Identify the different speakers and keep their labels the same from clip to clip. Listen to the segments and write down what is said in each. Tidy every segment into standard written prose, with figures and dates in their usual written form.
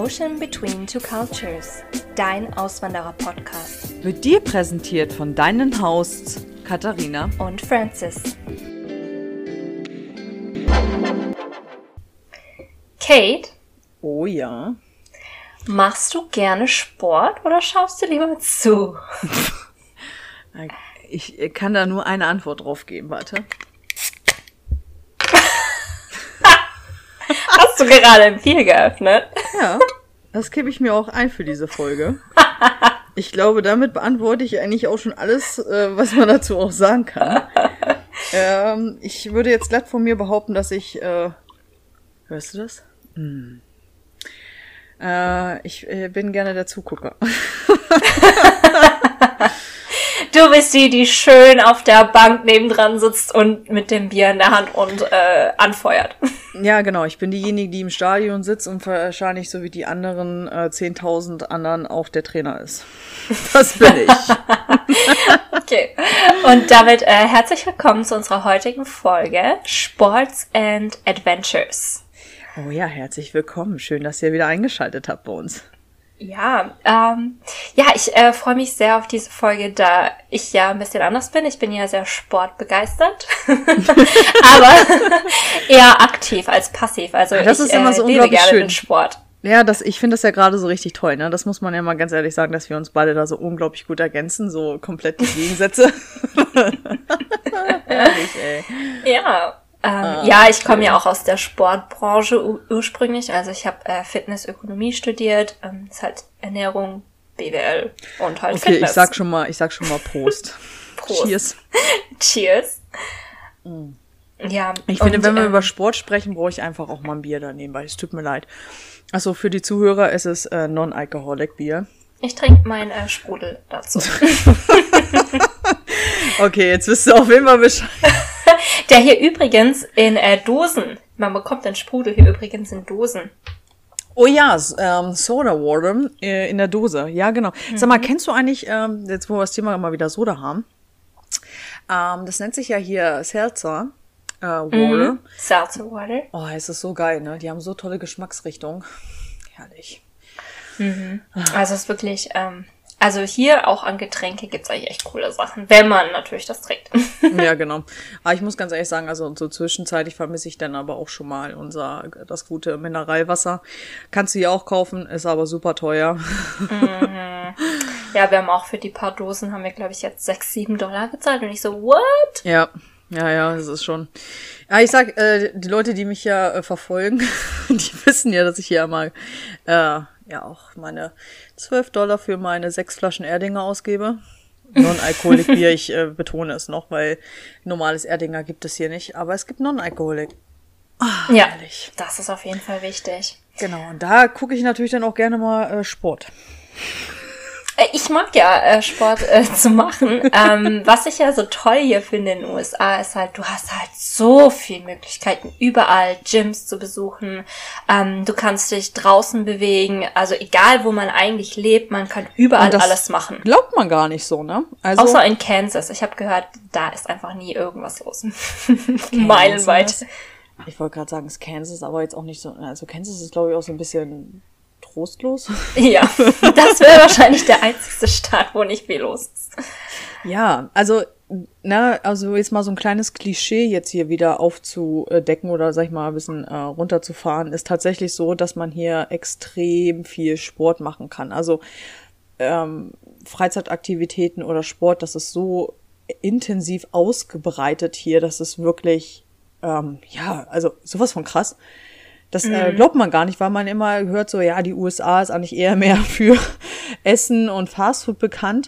Speaker 1: Ocean Between Two Cultures, dein Auswanderer-Podcast.
Speaker 2: Wird dir präsentiert von deinen Hosts Katharina
Speaker 1: und Francis. Kate?
Speaker 2: Oh ja.
Speaker 1: Machst du gerne Sport oder schaust du lieber zu?
Speaker 2: Ich kann da nur eine Antwort drauf geben, warte.
Speaker 1: Hast du gerade ein Bier geöffnet?
Speaker 2: Ja, das gebe ich mir auch ein für diese Folge. Ich glaube, damit beantworte ich eigentlich auch schon alles, was man dazu auch sagen kann. Ich würde jetzt glatt von mir behaupten, dass ich... hörst du das? Ich bin gerne der Zugucker.
Speaker 1: Du bist die schön auf der Bank nebendran sitzt und mit dem Bier in der Hand und anfeuert.
Speaker 2: Ja, genau. Ich bin diejenige, die im Stadion sitzt und wahrscheinlich so wie die anderen 10.000 anderen auch der Trainer ist. Das bin ich.
Speaker 1: Okay. Und damit herzlich willkommen zu unserer heutigen Folge Sports and Adventures.
Speaker 2: Oh ja, herzlich willkommen. Schön, dass ihr wieder eingeschaltet habt bei uns.
Speaker 1: Ja, ich freue mich sehr auf diese Folge, da ich ja ein bisschen anders bin. Ich bin ja sehr sportbegeistert, aber eher aktiv als passiv. Also
Speaker 2: das ist immer so
Speaker 1: lebe
Speaker 2: unglaublich
Speaker 1: gerne
Speaker 2: schön.
Speaker 1: den Sport.
Speaker 2: Ja, ich finde das ja gerade so richtig toll, ne? Das muss man ja mal ganz ehrlich sagen, dass wir uns beide da so unglaublich gut ergänzen, so komplett die Gegensätze. Herrlich, ey.
Speaker 1: Ja. Ich komme ja auch aus der Sportbranche ursprünglich. Also ich habe Fitnessökonomie studiert, ist halt Ernährung, BWL und halt
Speaker 2: Okay,
Speaker 1: Fitness.
Speaker 2: ich sag schon mal Prost.
Speaker 1: Prost.
Speaker 2: Cheers.
Speaker 1: Cheers. Ja.
Speaker 2: Ich finde, wenn wir über Sport sprechen, brauche ich einfach auch mal ein Bier daneben, weil es tut mir leid. Achso, für die Zuhörer ist es Non-Alcoholic Bier.
Speaker 1: Ich trinke meinen Sprudel dazu.
Speaker 2: Okay, jetzt wisst ihr auf jeden Fall Bescheid.
Speaker 1: Der hier übrigens in Dosen. Man bekommt den Sprudel hier übrigens in Dosen.
Speaker 2: Oh ja, Soda Water in der Dose. Ja, genau. Sag mal, kennst du eigentlich, jetzt wo wir das Thema immer wieder Soda haben, das nennt sich ja hier Seltzer Water.
Speaker 1: Seltzer Water.
Speaker 2: Oh, es ist so geil, ne? Die haben so tolle Geschmacksrichtungen. Herrlich.
Speaker 1: Also es ist wirklich... Also hier auch an Getränke gibt's eigentlich echt coole Sachen, wenn man natürlich das trinkt.
Speaker 2: Ja, genau. Aber ich muss ganz ehrlich sagen, also so zwischenzeitlich vermisse ich dann aber auch schon mal das gute Mineralwasser. Kannst du hier auch kaufen, ist aber super teuer.
Speaker 1: Ja, wir haben auch für die paar Dosen, haben wir glaube ich jetzt $6-7 gezahlt und ich so, what?
Speaker 2: Ja, das ist schon. Ja, ich sag, die Leute, die mich ja verfolgen, die wissen ja, dass ich hier mal auch meine $12 für meine 6 Flaschen Erdinger ausgebe. Non-Alkoholik Bier, ich betone es noch, weil normales Erdinger gibt es hier nicht, aber es gibt Non-Alkoholik.
Speaker 1: Ja,
Speaker 2: herrlich.
Speaker 1: das ist auf jeden Fall wichtig.
Speaker 2: Genau, und da gucke ich natürlich dann auch gerne mal Sport.
Speaker 1: Ich mag ja Sport zu machen. Was ich ja so toll hier finde in den USA ist halt, du hast halt so viele Möglichkeiten, überall Gyms zu besuchen. Du kannst dich draußen bewegen. Also egal, wo man eigentlich lebt, man kann überall alles machen.
Speaker 2: Glaubt man gar nicht so, ne? Also
Speaker 1: außer in Kansas. Ich habe gehört, da ist einfach nie irgendwas los. Meilenweit.
Speaker 2: Ich wollte gerade sagen, es ist Kansas, aber jetzt auch nicht so. Also Kansas ist, glaube ich, auch so ein bisschen trostlos.
Speaker 1: Ja, das wäre wahrscheinlich der einzigste Staat, wo nicht viel los ist.
Speaker 2: Ja, also jetzt mal so ein kleines Klischee jetzt hier wieder aufzudecken oder sag ich mal ein bisschen runterzufahren, ist tatsächlich so, dass man hier extrem viel Sport machen kann. Also Freizeitaktivitäten oder Sport, das ist so intensiv ausgebreitet hier, dass es wirklich, also sowas von krass. Das glaubt man gar nicht, weil man immer hört so, ja, die USA ist eigentlich eher mehr für Essen und Fastfood bekannt.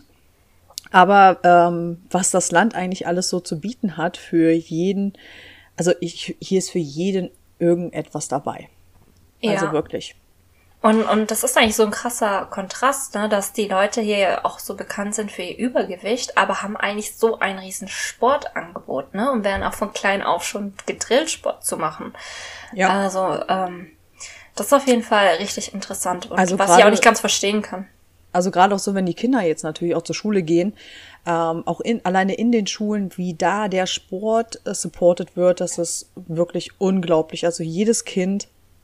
Speaker 2: Aber was das Land eigentlich alles so zu bieten hat für jeden, also hier ist für jeden irgendetwas dabei.
Speaker 1: Ja.
Speaker 2: Also wirklich.
Speaker 1: Und das ist eigentlich so ein krasser Kontrast, ne, dass die Leute hier auch so bekannt sind für ihr Übergewicht, aber haben eigentlich so ein riesen Sportangebot, ne, und werden auch von klein auf schon gedrillt, Sport zu machen. Ja. Also, das ist auf jeden Fall richtig interessant und also was ich auch nicht ganz verstehen kann.
Speaker 2: Also gerade auch so, wenn die Kinder jetzt natürlich auch zur Schule gehen, auch alleine in den Schulen, wie da der Sport supported wird, das ist wirklich unglaublich. Also jedes Kind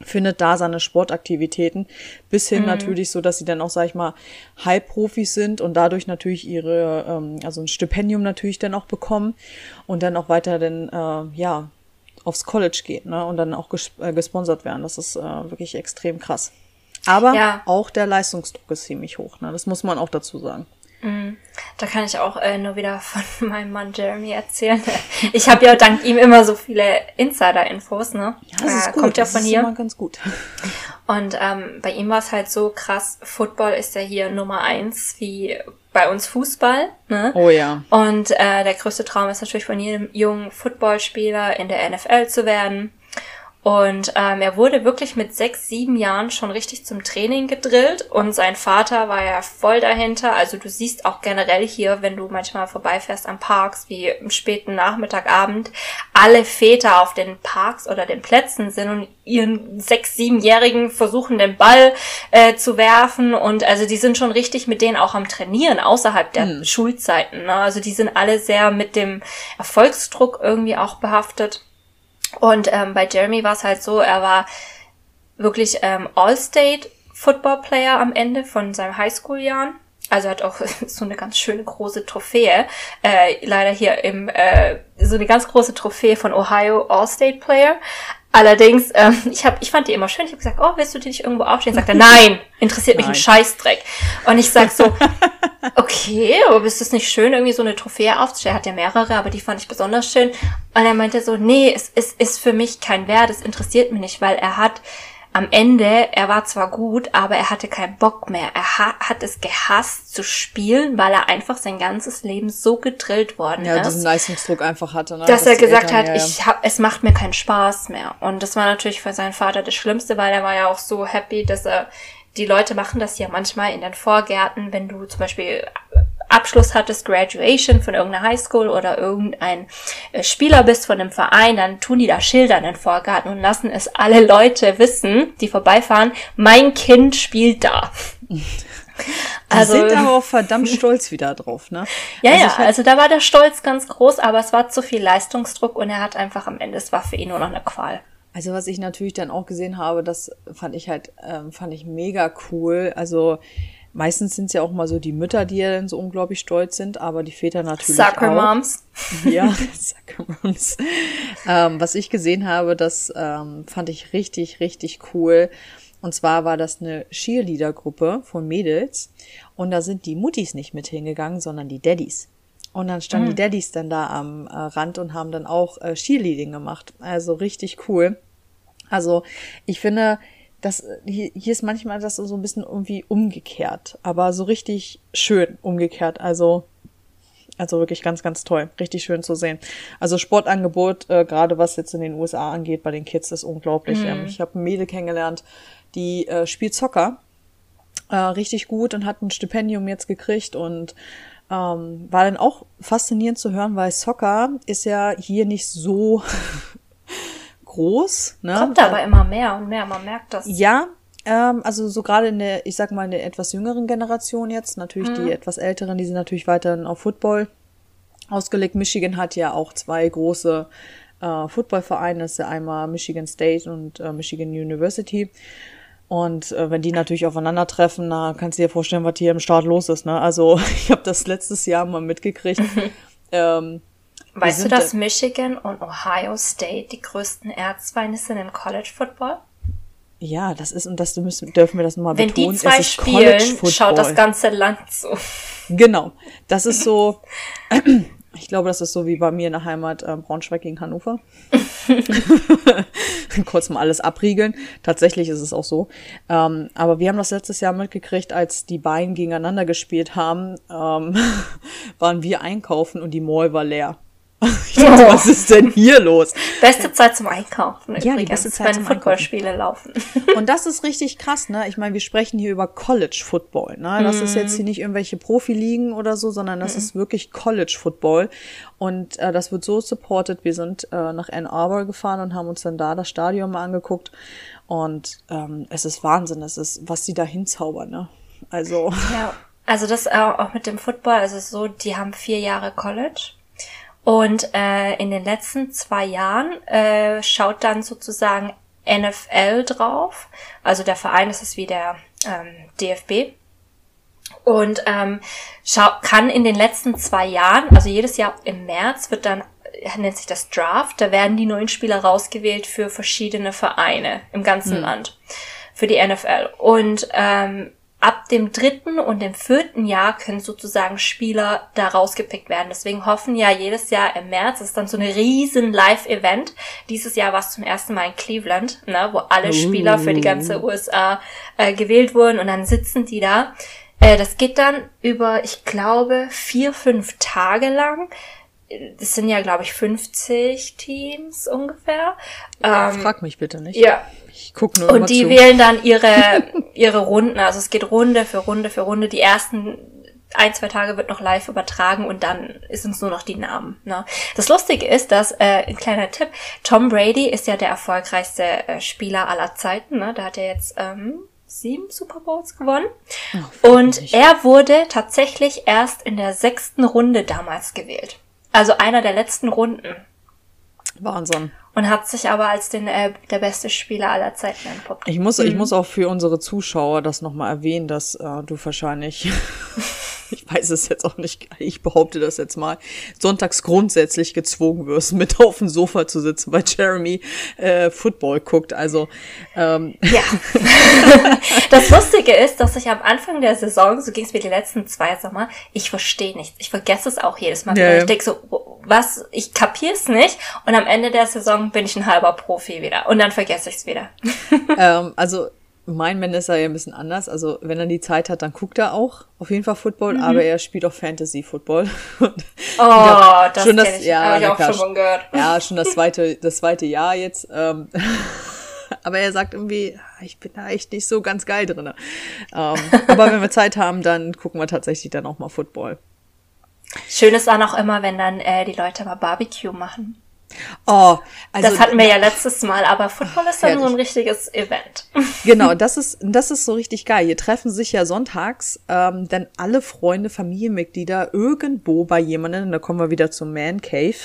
Speaker 2: findet da seine Sportaktivitäten, bis hin natürlich so, dass sie dann auch, sag ich mal, Halbprofis sind und dadurch natürlich ihre, also ein Stipendium natürlich dann auch bekommen und dann auch weiter dann, aufs College geht, ne, und dann auch gesponsert werden. Das ist wirklich extrem krass. Aber auch der Leistungsdruck ist ziemlich hoch, ne, das muss man auch dazu sagen.
Speaker 1: Da kann ich auch nur wieder von meinem Mann Jeremy erzählen. Ich habe ja dank ihm immer so viele Insider-Infos, ne?
Speaker 2: Ja, das ist gut.
Speaker 1: Kommt ja von
Speaker 2: das
Speaker 1: hier.
Speaker 2: Ist immer ganz gut.
Speaker 1: Und bei ihm war es halt so krass, Football ist ja hier Nummer 1, wie bei uns Fußball, ne?
Speaker 2: Oh ja.
Speaker 1: Und der größte Traum ist natürlich von jedem jungen Footballspieler in der NFL zu werden. Und er wurde wirklich mit 6, 7 Jahren schon richtig zum Training gedrillt und sein Vater war ja voll dahinter. Also du siehst auch generell hier, wenn du manchmal vorbeifährst an Parks, wie im späten Nachmittagabend, alle Väter auf den Parks oder den Plätzen sind und ihren 6, 7-Jährigen versuchen, den Ball zu werfen. Und also die sind schon richtig mit denen auch am Trainieren, außerhalb der Schulzeiten, ne? Also die sind alle sehr mit dem Erfolgsdruck irgendwie auch behaftet. Und bei Jeremy war es halt so, er war wirklich All-State Football Player am Ende von seinen Highschool-Jahren. Also hat auch so eine ganz schöne große Trophäe. Leider hier so eine ganz große Trophäe von Ohio All-State Player. Allerdings, ich fand die immer schön. Ich habe gesagt, oh, willst du die nicht irgendwo aufstehen? Sagt er, nein, interessiert mich ein Scheißdreck. Und ich sag so, okay, aber ist es nicht schön, irgendwie so eine Trophäe aufzustellen? Er hat ja mehrere, aber die fand ich besonders schön. Und er meinte so, nee, es ist für mich kein Wert, es interessiert mich nicht, weil er war zwar gut, aber er hatte keinen Bock mehr. Er hat es gehasst zu spielen, weil er einfach sein ganzes Leben so gedrillt worden ist.
Speaker 2: Ja, diesen Leistungsdruck einfach hatte, ne?
Speaker 1: Dass er gesagt hat, es macht mir keinen Spaß mehr. Und das war natürlich für seinen Vater das Schlimmste, weil er war ja auch so happy, dass die Leute machen das ja manchmal in den Vorgärten, wenn du zum Beispiel Abschluss hattest, Graduation von irgendeiner Highschool oder irgendein Spieler bist von einem Verein, dann tun die da Schilder in den Vorgarten und lassen es alle Leute wissen, die vorbeifahren, mein Kind spielt da.
Speaker 2: Also, die sind aber auch verdammt stolz wieder drauf, ne?
Speaker 1: Also da war der Stolz ganz groß, aber es war zu viel Leistungsdruck und er hat einfach am Ende, es war für ihn nur noch eine Qual.
Speaker 2: Also was ich natürlich dann auch gesehen habe, das fand ich mega cool. Also meistens sind es ja auch mal so die Mütter, die ja dann so unglaublich stolz sind, aber die Väter natürlich
Speaker 1: Soccer
Speaker 2: auch.
Speaker 1: Moms.
Speaker 2: Ja, Soccer Moms. Was ich gesehen habe, das fand ich richtig, richtig cool. Und zwar war das eine Cheerleader-Gruppe von Mädels und da sind die Muttis nicht mit hingegangen, sondern die Daddys. Und dann standen die Daddys dann da am Rand und haben dann auch Cheerleading gemacht. Also richtig cool. Also ich finde, hier ist manchmal das so ein bisschen irgendwie umgekehrt, aber so richtig schön umgekehrt. Also wirklich ganz, ganz toll. Richtig schön zu sehen. Also Sportangebot, gerade was jetzt in den USA angeht, bei den Kids ist unglaublich. Ich habe ein Mädel kennengelernt, die spielt Soccer richtig gut und hat ein Stipendium jetzt gekriegt und war dann auch faszinierend zu hören, weil Soccer ist ja hier nicht so groß. Ne?
Speaker 1: Kommt aber immer mehr und mehr, man merkt das.
Speaker 2: Ja, also so gerade in der etwas jüngeren Generation jetzt, natürlich die etwas älteren, die sind natürlich weiterhin auf Football ausgelegt. Michigan hat ja auch 2 große Footballvereine, das ist ja einmal Michigan State und Michigan University. Und wenn die natürlich aufeinandertreffen, na, kannst du dir vorstellen, was hier im Staat los ist, ne? Also ich habe das letztes Jahr mal mitgekriegt.
Speaker 1: Weißt du, dass Michigan und Ohio State die größten Erzfeinde sind im College Football?
Speaker 2: Ja, dürfen wir das nochmal betonen.
Speaker 1: Wenn die 2 spielen, schaut das ganze Land zu.
Speaker 2: Genau, das ist so, ich glaube, das ist so wie bei mir in der Heimat Braunschweig gegen Hannover. Kurz mal alles abriegeln. Tatsächlich ist es auch so. Aber wir haben das letztes Jahr mitgekriegt, als die beiden gegeneinander gespielt haben, waren wir einkaufen und die Mall war leer. Ich dachte, was ist denn hier los?
Speaker 1: Beste Zeit zum Einkaufen.
Speaker 2: Ja, die beste Zeit
Speaker 1: wenn Footballspiele laufen.
Speaker 2: Und das ist richtig krass, ne? Ich meine, wir sprechen hier über College Football, ne? Das ist jetzt hier nicht irgendwelche Profiligen oder so, sondern das ist wirklich College Football. Und das wird so supported. Wir sind nach Ann Arbor gefahren und haben uns dann da das Stadion mal angeguckt. Und es ist Wahnsinn, was die da hinzaubern, ne? Also.
Speaker 1: Ja, also das auch mit dem Football, also so, die haben 4 Jahre College. Und in den letzten 2 Jahren schaut dann sozusagen NFL drauf. Also der Verein, das ist wie der DFB. Und kann in den letzten 2 Jahren, also jedes Jahr im März wird dann, nennt sich das Draft, da werden die neuen Spieler rausgewählt für verschiedene Vereine im ganzen Land, für die NFL. Und ab dem 3. und dem 4. Jahr können sozusagen Spieler da rausgepickt werden. Deswegen hoffen ja jedes Jahr im März, ist dann so eine riesen Live-Event. Dieses Jahr war es zum ersten Mal in Cleveland, ne, wo alle Spieler für die ganze USA gewählt wurden und dann sitzen die da. Das geht dann über, ich glaube, 4-5 Tage lang. Das sind ja, glaube ich, 50 Teams ungefähr.
Speaker 2: Frag mich bitte nicht.
Speaker 1: Ja.
Speaker 2: Ich guck nur immer
Speaker 1: Und die
Speaker 2: zu.
Speaker 1: wählen dann ihre Runden. Also es geht Runde für Runde für Runde. Die ersten 1-2 Tage wird noch live übertragen und dann ist uns nur noch die Namen. Ne? Das Lustige ist, dass, ein kleiner Tipp, Tom Brady ist ja der erfolgreichste Spieler aller Zeiten. Ne? Da hat er jetzt 7 Super Bowls gewonnen. Und er wurde tatsächlich erst in der 6. Runde damals gewählt. Also einer der letzten Runden.
Speaker 2: Wahnsinn.
Speaker 1: Und hat sich aber als der beste Spieler aller Zeiten entpuppt.
Speaker 2: Ich muss auch für unsere Zuschauer das nochmal erwähnen, dass du wahrscheinlich, ich weiß es jetzt auch nicht, ich behaupte das jetzt mal, sonntags grundsätzlich gezwungen wirst, mit auf dem Sofa zu sitzen, weil Jeremy Football guckt. Also
Speaker 1: ja. Das Lustige ist, dass ich am Anfang der Saison, so ging es mir die letzten 2 Sommer, ich verstehe nichts. Ich vergesse es auch jedes Mal.
Speaker 2: Ja.
Speaker 1: Ich denke so, was, ich kapier's nicht. Und am Ende der Saison bin ich ein halber Profi wieder. Und dann vergesse ich's wieder.
Speaker 2: Also mein Mann ist ja ein bisschen anders. Also wenn er die Zeit hat, dann guckt er auch auf jeden Fall Football, aber er spielt auch Fantasy-Football.
Speaker 1: Das
Speaker 2: schon
Speaker 1: kenn ich. Habe ich auch schon von gehört.
Speaker 2: Ja, schon das zweite Jahr jetzt. Aber er sagt irgendwie, ich bin da echt nicht so ganz geil drin. Aber wenn wir Zeit haben, dann gucken wir tatsächlich dann auch mal Football.
Speaker 1: Schön ist dann auch immer, wenn dann die Leute mal Barbecue machen.
Speaker 2: Oh, also
Speaker 1: das hatten wir ja letztes Mal, aber Football ist dann so ein richtiges Event.
Speaker 2: Genau, das ist so richtig geil. Hier treffen sich ja sonntags dann alle Freunde, Familienmitglieder irgendwo bei jemandem, da kommen wir wieder zum Man Cave.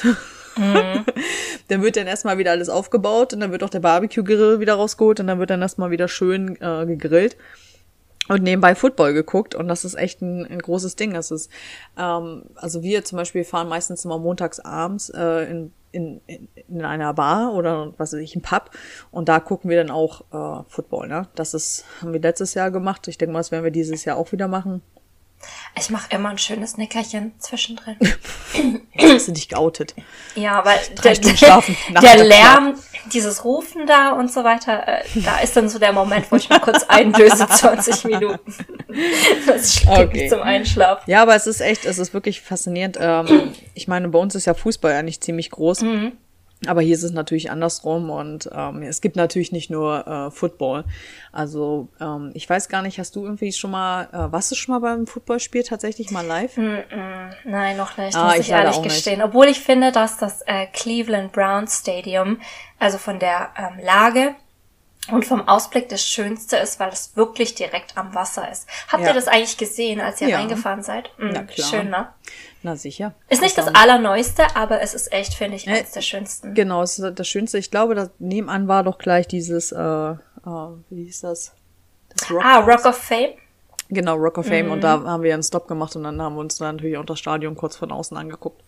Speaker 2: Dann wird dann erstmal wieder alles aufgebaut und dann wird auch der Barbecue-Grill wieder rausgeholt und dann wird dann erstmal wieder schön gegrillt. Und nebenbei Football geguckt und das ist echt ein großes Ding. Das ist, also wir zum Beispiel fahren meistens immer montags abends in einer Bar oder was weiß ich, im Pub und da gucken wir dann auch Football, ne? Haben wir letztes Jahr gemacht. Ich denke mal, das werden wir dieses Jahr auch wieder machen.
Speaker 1: Ich mache immer ein schönes Nickerchen zwischendrin.
Speaker 2: Jetzt hast du dich geoutet.
Speaker 1: Ja, weil
Speaker 2: 3 Stunden schlafen.
Speaker 1: Der Lärm, dieses Rufen da und so weiter, da ist dann so der Moment, wo ich mal kurz einlöse, 20 Minuten. Das gibt mich zum Einschlafen.
Speaker 2: Ja, aber es ist wirklich faszinierend. Ich meine, bei uns ist ja Fußball eigentlich ziemlich groß. Aber hier ist es natürlich andersrum und es gibt natürlich nicht nur Football. Also ich weiß gar nicht, hast du irgendwie warst du schon mal beim Footballspiel tatsächlich mal live?
Speaker 1: Nein, noch nicht, muss ich ehrlich gestehen. Obwohl ich finde, dass das Cleveland Browns Stadium, also von der Lage und vom Ausblick das Schönste ist, weil es wirklich direkt am Wasser ist. Habt ihr das eigentlich gesehen, als ihr reingefahren seid?
Speaker 2: Na klar.
Speaker 1: Schön, ne?
Speaker 2: Na sicher.
Speaker 1: Ist nicht das Allerneueste, aber es ist echt, finde ich, eines der schönsten.
Speaker 2: Genau, es ist das Schönste. Ich glaube, das nebenan war doch gleich dieses, wie hieß das? Das
Speaker 1: Rock of Fame.
Speaker 2: Genau, Rock of Fame. Und da haben wir einen Stop gemacht und dann haben wir uns dann natürlich auch das Stadion kurz von außen angeguckt.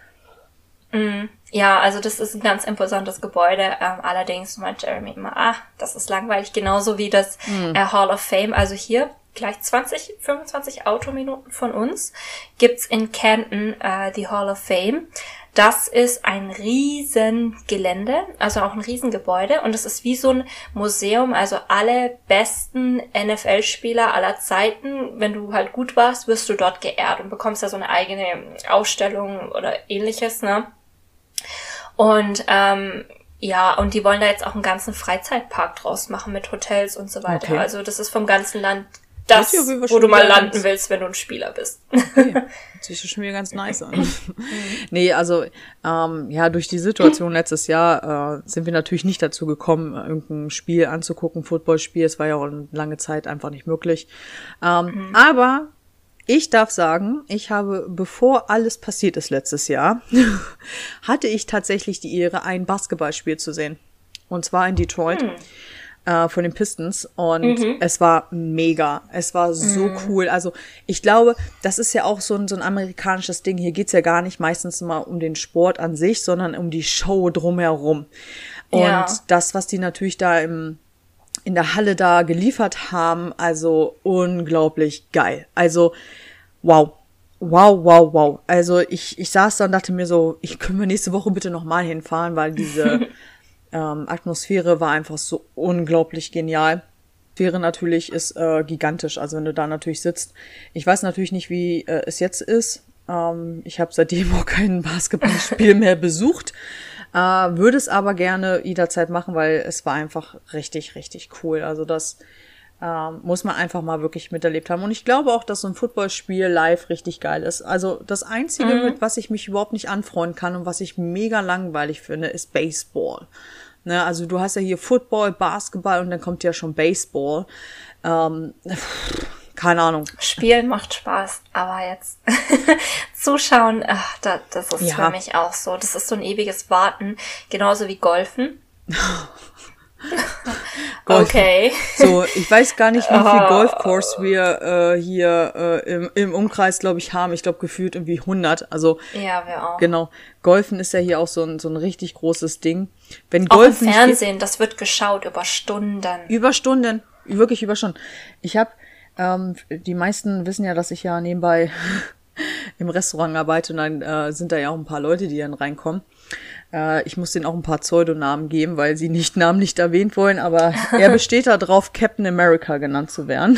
Speaker 1: Ja, also das ist ein ganz imposantes Gebäude. Allerdings meint Jeremy immer, das ist langweilig, genauso wie das Hall of Fame. Also hier gleich 25 Autominuten von uns gibt's in Canton die Hall of Fame. Das ist ein riesen Gelände, also auch ein Riesengebäude und es ist wie so ein Museum, also alle besten NFL-Spieler aller Zeiten, wenn du halt gut warst, wirst du dort geehrt und bekommst da so eine eigene Ausstellung oder ähnliches, ne? Und und die wollen da jetzt auch einen ganzen Freizeitpark draus machen mit Hotels und so weiter. Okay. Also das ist vom ganzen Land das, wo du mal landen willst, wenn du ein Spieler bist.
Speaker 2: Okay. Hört sich schon wieder ganz nice an. Nee, also durch die Situation letztes Jahr sind wir natürlich nicht dazu gekommen, irgendein Spiel anzugucken, Footballspiel. Es war ja auch eine lange Zeit einfach nicht möglich. Aber ich darf sagen, ich habe, bevor alles passiert ist letztes Jahr, hatte ich tatsächlich die Ehre, ein Basketballspiel zu sehen. Und zwar in Detroit. Von den Pistons und es war mega. Es war so cool. Also ich glaube, das ist ja auch so ein amerikanisches Ding. Hier geht's ja gar nicht meistens mal um den Sport an sich, sondern um die Show drumherum. Und das, was die natürlich da in der Halle da geliefert haben, also unglaublich geil. Also wow. Wow. Also ich saß da und dachte mir so, können wir nächste Woche bitte nochmal hinfahren, weil diese Atmosphäre war einfach so unglaublich genial. Atmosphäre natürlich ist gigantisch, also wenn du da natürlich sitzt. Ich weiß natürlich nicht, wie es jetzt ist. Ich habe seitdem auch kein Basketballspiel mehr besucht. Würde es aber gerne jederzeit machen, weil es war einfach richtig, richtig cool. Also das muss man einfach mal wirklich miterlebt haben. Und ich glaube auch, dass so ein Footballspiel live richtig geil ist. Also das Einzige, mit was ich mich überhaupt nicht anfreunden kann und was ich mega langweilig finde, ist Baseball. Ne, also du hast ja hier Football, Basketball und dann kommt ja schon Baseball. Keine Ahnung.
Speaker 1: Spielen macht Spaß, aber jetzt zuschauen, das ist für mich auch so. Das ist so ein ewiges Warten, genauso wie Golfen. Okay.
Speaker 2: So, ich weiß gar nicht, wie viel Golfkurs wir hier im Umkreis, glaube ich, haben. Ich glaube, gefühlt irgendwie 100. Also
Speaker 1: ja, wir auch.
Speaker 2: Genau. Golfen ist ja hier auch so ein richtig großes Ding. Wenn
Speaker 1: auch
Speaker 2: Golfen
Speaker 1: im Fernsehen, das wird geschaut über Stunden.
Speaker 2: Wirklich über Stunden. Ich habe, die meisten wissen ja, dass ich ja nebenbei im Restaurant arbeite und dann sind da ja auch ein paar Leute, die dann reinkommen. Ich muss denen auch ein paar Pseudonamen geben, weil sie nicht namentlich erwähnt wollen, aber er besteht da drauf, Captain America genannt zu werden.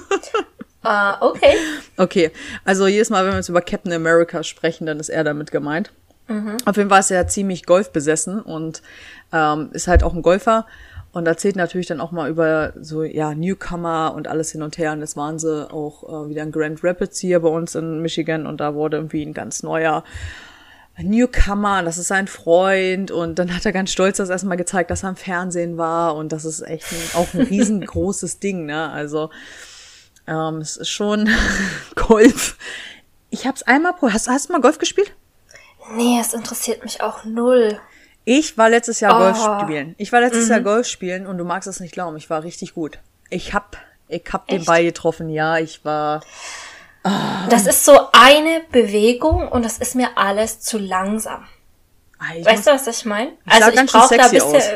Speaker 1: Okay.
Speaker 2: Okay, also jedes Mal, wenn wir jetzt über Captain America sprechen, dann ist er damit gemeint. Auf jeden Fall ist er ziemlich golfbesessen und ist halt auch ein Golfer und erzählt natürlich dann auch mal über so, ja, Newcomer und alles hin und her. Und das waren sie auch wieder in Grand Rapids hier bei uns in Michigan und da wurde irgendwie ein ganz neuer Newcomer, das ist sein Freund und dann hat er ganz stolz das erstmal gezeigt, dass er im Fernsehen war und das ist echt auch ein riesengroßes Ding, ne, also es ist schon Golf. Ich hab's einmal hast du mal Golf gespielt?
Speaker 1: Nee, es interessiert mich auch null.
Speaker 2: Ich war letztes Jahr Golf spielen und du magst es nicht glauben, ich war richtig gut. Ich hab den Ball getroffen, ja, ich war...
Speaker 1: Das ist so eine Bewegung und das ist mir alles zu langsam. Weißt du, was ich meine? Also ich brauche da ein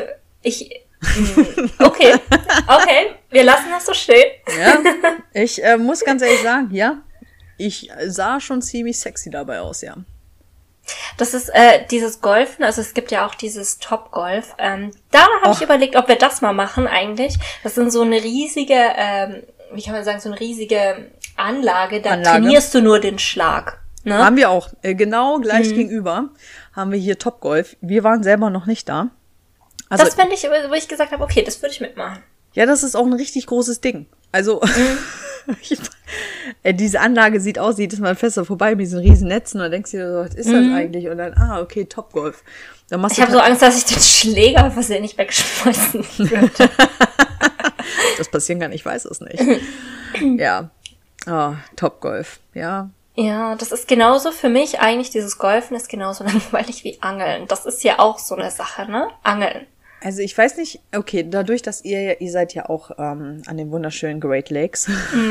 Speaker 1: bisschen... Okay, wir lassen das so stehen.
Speaker 2: Ja, ich muss ganz ehrlich sagen, ja, ich sah schon ziemlich sexy dabei aus, ja.
Speaker 1: Das ist dieses Golfen, also es gibt ja auch dieses Topgolf. Da habe ich überlegt, ob wir das mal machen eigentlich. Das sind so eine riesige, wie kann man sagen, so eine riesige Anlage. Trainierst du nur den Schlag. Ne?
Speaker 2: Haben wir auch. Genau gleich gegenüber haben wir hier Topgolf. Wir waren selber noch nicht da. Also,
Speaker 1: das fände ich, wo ich gesagt habe, okay, das würde ich mitmachen.
Speaker 2: Ja, das ist auch ein richtig großes Ding. Also, diese Anlage sieht aus, jedes Mal fester vorbei mit diesen riesen Netzen und dann denkst du dir so, was ist das eigentlich? Und dann, okay, Topgolf.
Speaker 1: Ich habe so Angst, dass ich den Schläger versehentlich wegschmeißen würde.
Speaker 2: Das passieren kann, ich weiß es nicht. Ja, Topgolf, ja.
Speaker 1: Ja, das ist genauso für mich, eigentlich dieses Golfen ist genauso langweilig wie Angeln. Das ist ja auch so eine Sache, ne? Angeln.
Speaker 2: Also ich weiß nicht, okay, dadurch, dass ihr seid ja auch an den wunderschönen Great Lakes.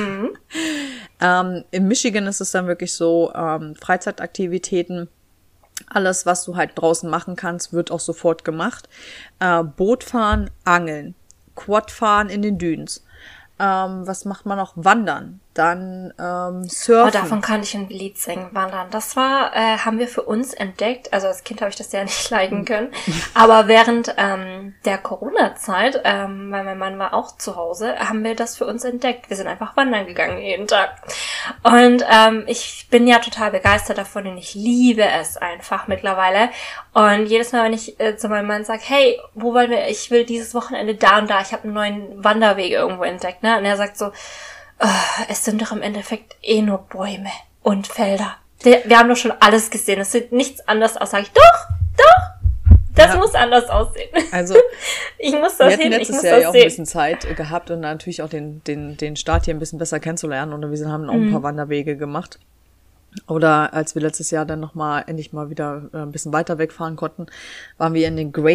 Speaker 2: In Michigan ist es dann wirklich so, Freizeitaktivitäten, alles, was du halt draußen machen kannst, wird auch sofort gemacht. Bootfahren, Angeln, Quadfahren in den Dunes. Was macht man noch? Wandern. Dann Surfen.
Speaker 1: Davon kann ich ein Lied singen, Wandern. Das haben wir für uns entdeckt. Also als Kind habe ich das ja nicht leiden können. Aber während der Corona-Zeit, weil mein Mann war auch zu Hause, haben wir das für uns entdeckt. Wir sind einfach wandern gegangen jeden Tag. Und ich bin ja total begeistert davon und ich liebe es einfach mittlerweile. Und jedes Mal, wenn ich zu meinem Mann sage, hey, wo wollen wir? Ich will dieses Wochenende da und da. Ich habe einen neuen Wanderweg irgendwo entdeckt, ne? Und er sagt so, es sind doch im Endeffekt nur Bäume und Felder. Wir haben doch schon alles gesehen. Es sieht nichts anders aus. Sag ich, doch, das muss anders aussehen.
Speaker 2: Also,
Speaker 1: ich muss das
Speaker 2: wir hatten letztes Jahr ja auch ein bisschen Zeit gehabt und natürlich auch den Staat hier ein bisschen besser kennenzulernen. Und wir haben auch ein paar Wanderwege gemacht. Oder als wir letztes Jahr dann endlich mal wieder ein bisschen weiter wegfahren konnten, waren wir in den Great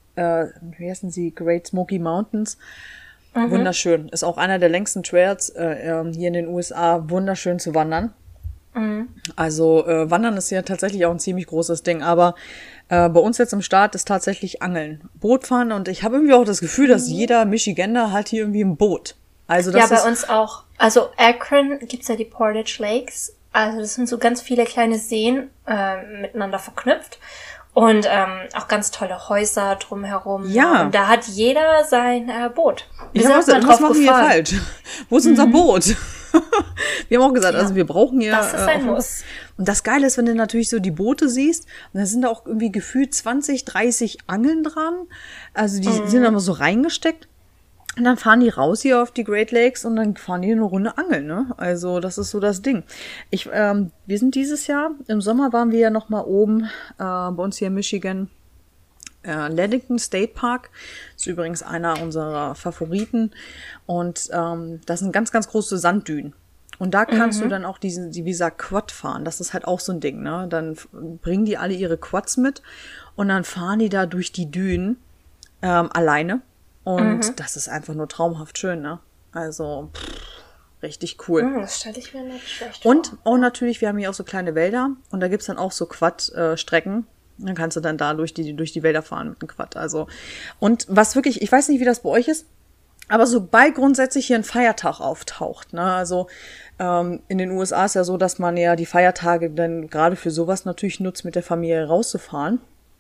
Speaker 2: wie heißen sie, Great Smoky Mountains. Wunderschön. Ist auch einer der längsten Trails hier in den USA. Wunderschön zu wandern. Also Wandern ist ja tatsächlich auch ein ziemlich großes Ding. Aber bei uns jetzt im Staat ist tatsächlich Angeln. Bootfahren. Und ich habe irgendwie auch das Gefühl, dass jeder Michiganer hat hier irgendwie ein Boot. Also das
Speaker 1: ja, bei uns auch. Also Akron gibt's ja die Portage Lakes. Also das sind so ganz viele kleine Seen miteinander verknüpft. Und auch ganz tolle Häuser drumherum.
Speaker 2: Ja.
Speaker 1: Und da hat jeder sein Boot.
Speaker 2: Ich habe gesagt, was machen wir falsch? Wo ist unser Boot? Wir haben auch gesagt, also wir brauchen hier...
Speaker 1: Das ist ein Muss.
Speaker 2: Und das Geile ist, wenn du natürlich so die Boote siehst, und da sind da auch irgendwie gefühlt 20, 30 Angeln dran. Also die sind immer so reingesteckt. Und dann fahren die raus hier auf die Great Lakes und dann fahren die eine Runde angeln, ne? Also das ist so das Ding. Wir sind dieses Jahr, im Sommer waren wir ja noch mal oben bei uns hier in Michigan, Ledington State Park. Ist übrigens einer unserer Favoriten. Und das sind ganz, ganz große Sanddünen. Und da kannst du dann auch wie gesagt, Quad fahren. Das ist halt auch so ein Ding, ne? Dann bringen die alle ihre Quads mit und dann fahren die da durch die Dünen alleine. Und das ist einfach nur traumhaft schön, ne? Also, richtig cool.
Speaker 1: Das stelle ich mir nicht schlecht vor.
Speaker 2: Und auch natürlich, wir haben hier auch so kleine Wälder und da gibt's dann auch so Quad-Strecken. Dann kannst du dann da durch die Wälder fahren mit dem Quad. Also, und was wirklich, ich weiß nicht, wie das bei euch ist, aber sobald grundsätzlich hier ein Feiertag auftaucht, ne? Also in den USA ist ja so, dass man ja die Feiertage dann gerade für sowas natürlich nutzt, mit der Familie rauszufahren.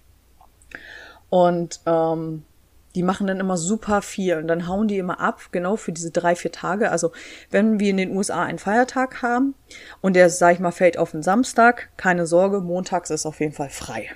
Speaker 2: Und die machen dann immer super viel und dann hauen die immer ab, genau für diese 3-4 Tage. Also wenn wir in den USA einen Feiertag haben und der, sag ich mal, fällt auf den Samstag, keine Sorge, montags ist auf jeden Fall frei.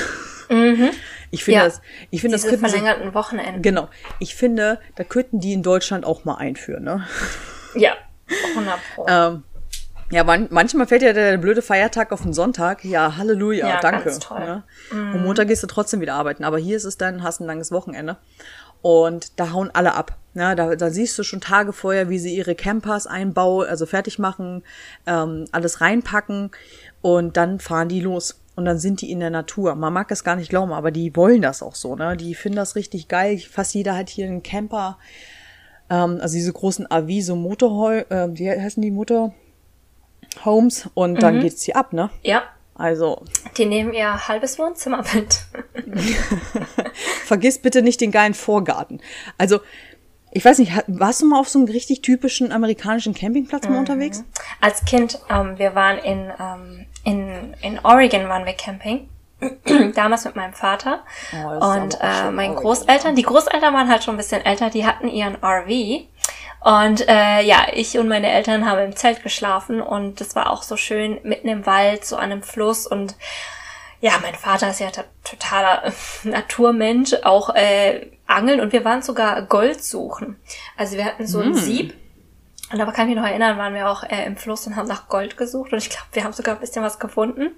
Speaker 2: Ich finde das könnten
Speaker 1: verlängerten Wochenenden.
Speaker 2: Genau. Ich finde, da könnten die in Deutschland auch mal einführen, ne?
Speaker 1: Ja, 100%.
Speaker 2: Ja, manchmal fällt ja der blöde Feiertag auf den Sonntag. Ja, Halleluja,
Speaker 1: ja,
Speaker 2: danke.
Speaker 1: Ganz toll.
Speaker 2: Ne? Und Montag gehst du trotzdem wieder arbeiten. Aber hier ist es dann, hast ein langes Wochenende. Und da hauen alle ab. Ja, da siehst du schon Tage vorher, wie sie ihre Campers einbauen, also fertig machen, alles reinpacken. Und dann fahren die los. Und dann sind die in der Natur. Man mag es gar nicht glauben, aber die wollen das auch so, ne? Die finden das richtig geil. Fast jeder hat hier einen Camper. Also diese großen AV, so wie heißen die Motorhomes? Und dann geht's hier ab, ne?
Speaker 1: Ja.
Speaker 2: Also.
Speaker 1: Die nehmen ihr halbes Wohnzimmer mit.
Speaker 2: Vergiss bitte nicht den geilen Vorgarten. Also, ich weiß nicht, warst du mal auf so einem richtig typischen amerikanischen Campingplatz mal unterwegs?
Speaker 1: Als Kind, wir waren in Oregon waren wir Camping. Damals mit meinem Vater. Und meinen Großeltern. Die Großeltern waren halt schon ein bisschen älter, die hatten ihren RV. Und ich und meine Eltern haben im Zelt geschlafen und das war auch so schön mitten im Wald, so an einem Fluss. Und ja, mein Vater ist ja totaler Naturmensch, auch angeln, und wir waren sogar Gold suchen. Also wir hatten so ein Sieb. Und aber kann ich mich noch erinnern, waren wir auch im Fluss und haben nach Gold gesucht. Und ich glaube, wir haben sogar ein bisschen was gefunden.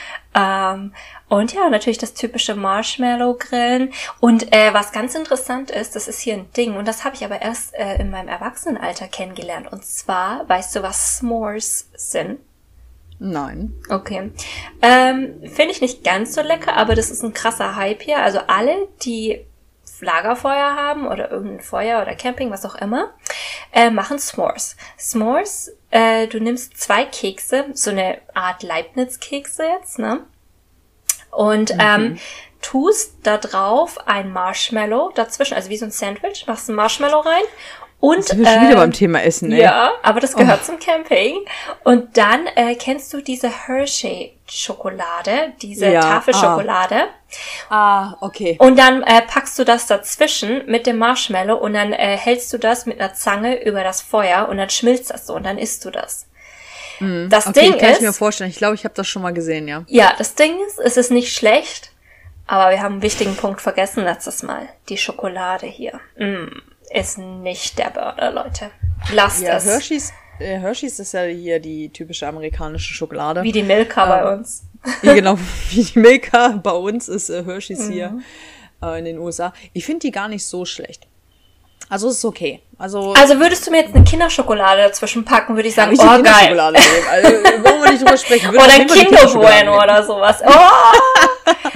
Speaker 1: Und ja, natürlich das typische Marshmallow-Grillen. Und was ganz interessant ist, das ist hier ein Ding. Und das habe ich aber erst in meinem Erwachsenenalter kennengelernt. Und zwar, weißt du, was S'mores sind?
Speaker 2: Nein.
Speaker 1: Okay. Finde ich nicht ganz so lecker, aber das ist ein krasser Hype hier. Also alle, die Lagerfeuer haben oder irgendein Feuer oder Camping, was auch immer, machen S'mores. S'mores, du nimmst 2 Kekse, so eine Art Leibniz-Kekse jetzt, ne? Und tust da drauf ein Marshmallow dazwischen, also wie so ein Sandwich, machst ein Marshmallow rein. Und
Speaker 2: sind wir schon wieder beim Thema Essen, ey.
Speaker 1: Ja, aber das gehört zum Camping. Und dann kennst du diese Hershey-Schokolade, diese Tafelschokolade.
Speaker 2: Okay.
Speaker 1: Und dann packst du das dazwischen mit dem Marshmallow und dann hältst du das mit einer Zange über das Feuer und dann schmilzt das so und dann isst du das. Das Ding
Speaker 2: kann
Speaker 1: ist,
Speaker 2: ich mir vorstellen. Ich glaube, ich habe das schon mal gesehen, ja.
Speaker 1: Ja, das Ding ist, es ist nicht schlecht, aber wir haben einen wichtigen Punkt vergessen letztes Mal. Die Schokolade hier. Ist nicht der Burner, Leute. Lasst es.
Speaker 2: Hershey's ist ja hier die typische amerikanische Schokolade.
Speaker 1: Wie die Milka bei uns.
Speaker 2: Ja, genau, wie die Milka bei uns ist Hershey's hier in den USA. Ich finde die gar nicht so schlecht. Also es ist okay. Also
Speaker 1: würdest du mir jetzt eine Kinderschokolade dazwischen packen, würde ich sagen,
Speaker 2: geil. Kinderschokolade nehmen. Also wollen wir nicht drüber sprechen.
Speaker 1: Oder ein Kinder Bueno oder sowas. Oh!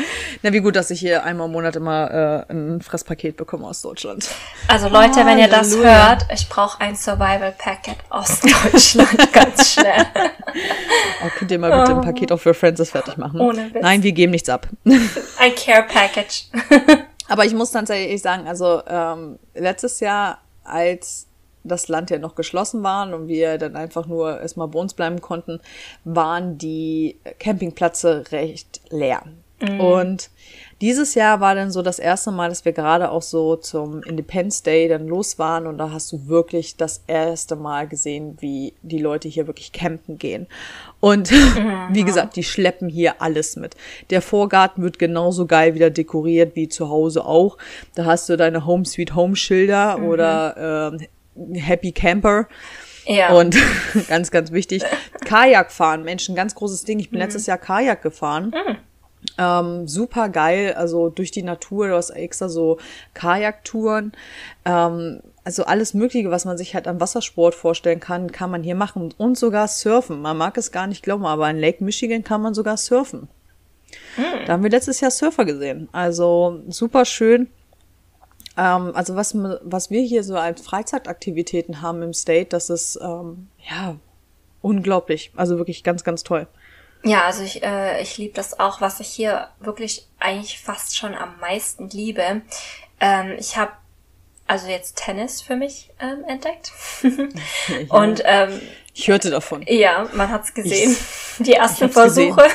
Speaker 2: Na, wie gut, dass ich hier einmal im Monat immer ein Fresspaket bekomme aus Deutschland.
Speaker 1: Also Leute, wenn ihr das hört, ich brauche ein Survival-Packet aus Deutschland, ganz schnell.
Speaker 2: Oh, könnt ihr mal bitte ein Paket auch für Francis fertig machen?
Speaker 1: Ohne Witz.
Speaker 2: Nein, wir geben nichts ab.
Speaker 1: Ein Care-Package.
Speaker 2: Aber ich muss tatsächlich sagen, also letztes Jahr, als das Land ja noch geschlossen war und wir dann einfach nur erstmal bei uns bleiben konnten, waren die Campingplätze recht leer. Und dieses Jahr war dann so das erste Mal, dass wir gerade auch so zum Independence Day dann los waren und da hast du wirklich das erste Mal gesehen, wie die Leute hier wirklich campen gehen. Und wie gesagt, die schleppen hier alles mit. Der Vorgarten wird genauso geil wieder dekoriert wie zu Hause auch. Da hast du deine Home Sweet Home Schilder oder Happy Camper.
Speaker 1: Ja.
Speaker 2: Und ganz, ganz wichtig, Kajak fahren. Mensch, ein ganz großes Ding. Ich bin letztes Jahr Kajak gefahren. Super geil, also durch die Natur, du hast extra so Kajaktouren, also alles Mögliche, was man sich halt am Wassersport vorstellen kann, kann man hier machen und sogar surfen. Man mag es gar nicht glauben, aber in Lake Michigan kann man sogar surfen. Da haben wir letztes Jahr Surfer gesehen, also super schön. Also was wir hier so als Freizeitaktivitäten haben im State, das ist ja unglaublich, also wirklich ganz, ganz toll.
Speaker 1: Ja, also ich liebe das auch, was ich hier wirklich eigentlich fast schon am meisten liebe. Ich habe also jetzt Tennis für mich entdeckt.
Speaker 2: Ja. Und ich hörte davon.
Speaker 1: Ja, man hat's gesehen. Die ersten Versuche.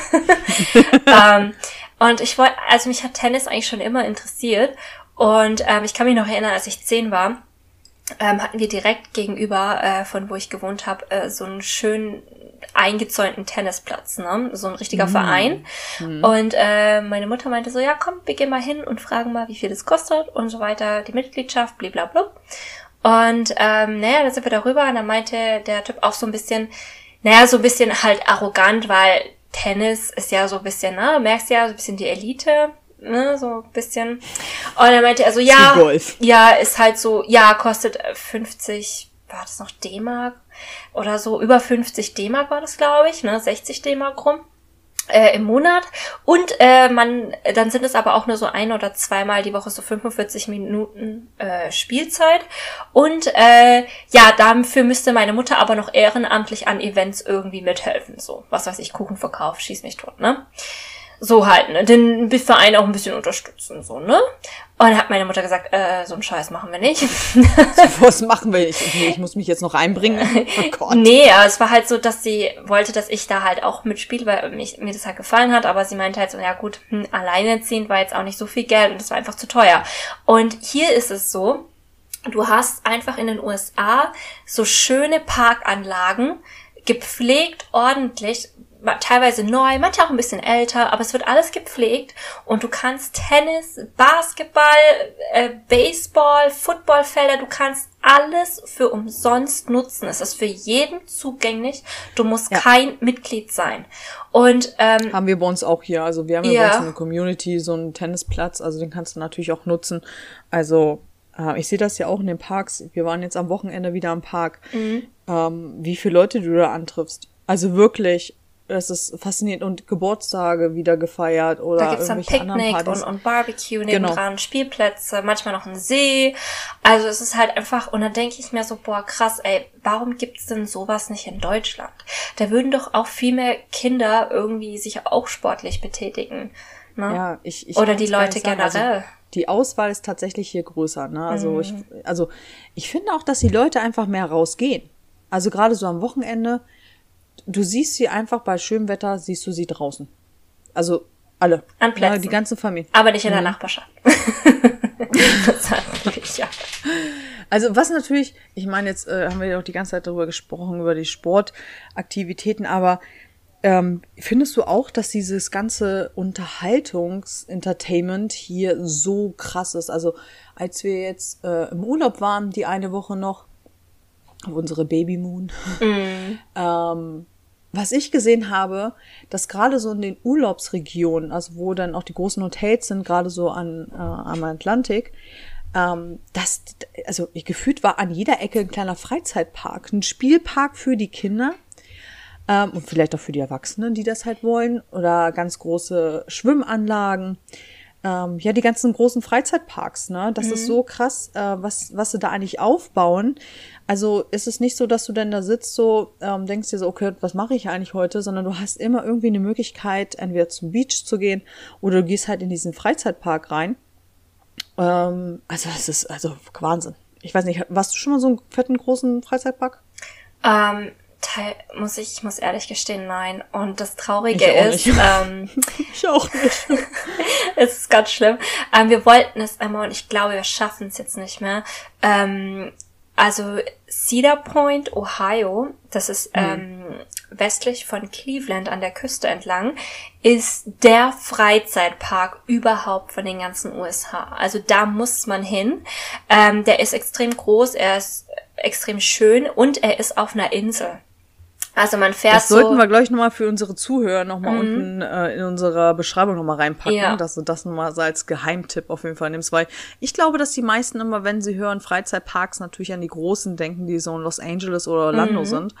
Speaker 1: Und ich wollte, also mich hat Tennis eigentlich schon immer interessiert. Und ich kann mich noch erinnern, als ich 10 war, hatten wir direkt gegenüber, von wo ich gewohnt habe, so einen schönen eingezäunten Tennisplatz, ne? So ein richtiger Verein. Und meine Mutter meinte so, ja komm, wir gehen mal hin und fragen mal, wie viel das kostet und so weiter, die Mitgliedschaft, blablabla. Und naja, da sind wir darüber und dann meinte der Typ auch so ein bisschen halt arrogant, weil Tennis ist ja so ein bisschen, ne, merkst ja, so ein bisschen die Elite, ne, so ein bisschen. Und dann meinte er so, ja, ja, ist halt so, ja, kostet 50, war das noch D-Mark? Oder so, über 50 D-Mark war das, glaube ich, ne, 60 D-Mark rum im Monat. Und dann sind es aber auch nur so 1 oder 2-mal die Woche so 45 Minuten Spielzeit. Und ja, dafür müsste meine Mutter aber noch ehrenamtlich an Events irgendwie mithelfen. So, was weiß ich, Kuchenverkauf, schieß mich tot, ne? So halt, ne? Den Verein auch ein bisschen unterstützen, so, ne? Und dann hat meine Mutter gesagt, so einen Scheiß machen wir nicht.
Speaker 2: Was machen wir nicht? Ich muss mich jetzt noch einbringen. Oh Gott.
Speaker 1: Nee, aber es war halt so, dass sie wollte, dass ich da halt auch mitspiele, weil mir das halt gefallen hat. Aber sie meinte halt so, ja gut, alleinerziehend war jetzt auch nicht so viel Geld und das war einfach zu teuer. Und hier ist es so, du hast einfach in den USA so schöne Parkanlagen, gepflegt, ordentlich, teilweise neu, manche auch ein bisschen älter, aber es wird alles gepflegt und du kannst Tennis, Basketball, Baseball, Footballfelder, du kannst alles für umsonst nutzen. Es ist für jeden zugänglich. Du musst kein Mitglied sein. Und
Speaker 2: haben wir bei uns auch hier. Also wir haben ja bei uns in der Community so einen Tennisplatz, also den kannst du natürlich auch nutzen. Also ich sehe das ja auch in den Parks. Wir waren jetzt am Wochenende wieder im Park. Wie viele Leute du da antriffst. Also wirklich, das ist faszinierend. Und Geburtstage wieder gefeiert oder
Speaker 1: da gibt's dann Picknick und Barbecue nebendran, Spielplätze, manchmal noch einen See. Also es ist halt einfach, und dann denke ich mir so, boah, krass, ey, warum gibt's denn sowas nicht in Deutschland? Da würden doch auch viel mehr Kinder irgendwie sich auch sportlich betätigen. Ne?
Speaker 2: Ja, ich
Speaker 1: oder die Leute generell.
Speaker 2: Also, die Auswahl ist tatsächlich hier größer, ne? Also ich finde auch, dass die Leute einfach mehr rausgehen. Also gerade so am Wochenende, du siehst sie einfach bei schönem Wetter, siehst du sie draußen. Also alle.
Speaker 1: An Plätzen.
Speaker 2: Ja, die ganze Familie.
Speaker 1: Aber nicht in der Nachbarschaft. Das natürlich, ja.
Speaker 2: Also was natürlich, ich meine, jetzt haben wir ja auch die ganze Zeit darüber gesprochen, über die Sportaktivitäten, aber findest du auch, dass dieses ganze Entertainment hier so krass ist? Also als wir jetzt im Urlaub waren, die eine Woche noch, unsere Babymoon, was ich gesehen habe, dass gerade so in den Urlaubsregionen, also wo dann auch die großen Hotels sind, gerade so am Atlantik, gefühlt war an jeder Ecke ein kleiner Freizeitpark, ein Spielpark für die Kinder und vielleicht auch für die Erwachsenen, die das halt wollen, oder ganz große Schwimmanlagen. ja, die ganzen großen Freizeitparks, ne? Das ist so krass, was sie da eigentlich aufbauen. Also ist es nicht so, dass du dann da sitzt, so denkst dir so, okay, was mache ich eigentlich heute? Sondern du hast immer irgendwie eine Möglichkeit, entweder zum Beach zu gehen oder du gehst halt in diesen Freizeitpark rein. Also das ist also Wahnsinn. Ich weiß nicht, warst du schon mal so einen fetten, großen Freizeitpark?
Speaker 1: Ich muss ehrlich gestehen, nein. Und das Traurige ist,
Speaker 2: ich auch nicht.
Speaker 1: es ist ganz schlimm. Wir wollten es einmal und ich glaube, wir schaffen es jetzt nicht mehr. Also Cedar Point, Ohio, das ist westlich von Cleveland an der Küste entlang, ist der Freizeitpark überhaupt von den ganzen USA. Also da muss man hin. Der ist extrem groß, er ist extrem schön und er ist auf einer Insel. Also man fährt
Speaker 2: das sollten wir gleich nochmal für unsere Zuhörer nochmal unten in unserer Beschreibung nochmal reinpacken, dass du das nochmal so als Geheimtipp auf jeden Fall nimmst, weil ich glaube, dass die meisten immer, wenn sie hören Freizeitparks, natürlich an die großen denken, die so in Los Angeles oder Orlando sind.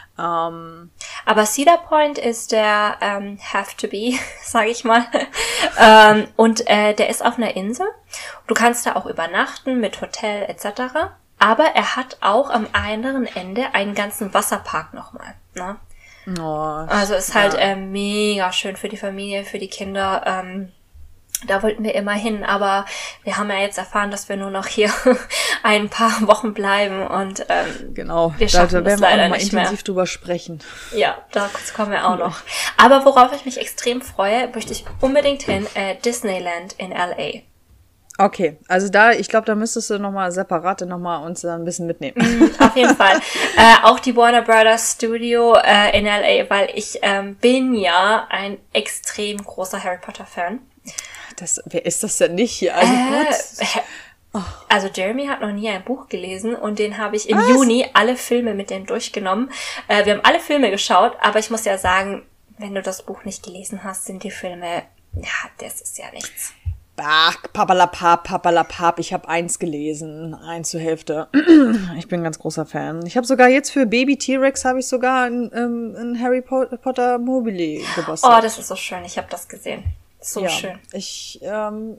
Speaker 1: Aber Cedar Point ist der have to be, sage ich mal. Und der ist auf einer Insel. Du kannst da auch übernachten mit Hotel etc., aber er hat auch am anderen Ende einen ganzen Wasserpark nochmal. Ne?
Speaker 2: Oh,
Speaker 1: also ist halt mega schön für die Familie, für die Kinder. Da wollten wir immer hin, aber wir haben ja jetzt erfahren, dass wir nur noch hier ein paar Wochen bleiben und
Speaker 2: genau,
Speaker 1: wir schaffen
Speaker 2: da werden
Speaker 1: das
Speaker 2: wir auch
Speaker 1: leider
Speaker 2: noch mal
Speaker 1: nicht
Speaker 2: intensiv
Speaker 1: mehr.
Speaker 2: drüber sprechen.
Speaker 1: Ja, da kommen wir auch noch. Aber worauf ich mich extrem freue, möchte ich unbedingt hin, Disneyland in LA.
Speaker 2: Okay, also ich glaube, da müsstest du nochmal separat nochmal uns ein bisschen mitnehmen.
Speaker 1: Auf jeden Fall. Auch die Warner Brothers Studio in LA, weil ich bin ja ein extrem großer Harry Potter Fan.
Speaker 2: Wer ist das denn nicht hier? Also gut.
Speaker 1: Also Jeremy hat noch nie ein Buch gelesen und den habe ich im Juni alle Filme mit dem durchgenommen. Wir haben alle Filme geschaut, aber ich muss ja sagen, wenn du das Buch nicht gelesen hast, sind die Filme, ja, das ist ja nichts.
Speaker 2: Ach, papalapap, ich habe 1 gelesen, 1 zur Hälfte. Ich bin ein ganz großer Fan. Ich habe sogar jetzt für Baby T-Rex habe ich sogar ein Harry Potter Mobile gebastelt.
Speaker 1: Oh, das ist so schön, ich habe das gesehen. So schön.
Speaker 2: Ich habe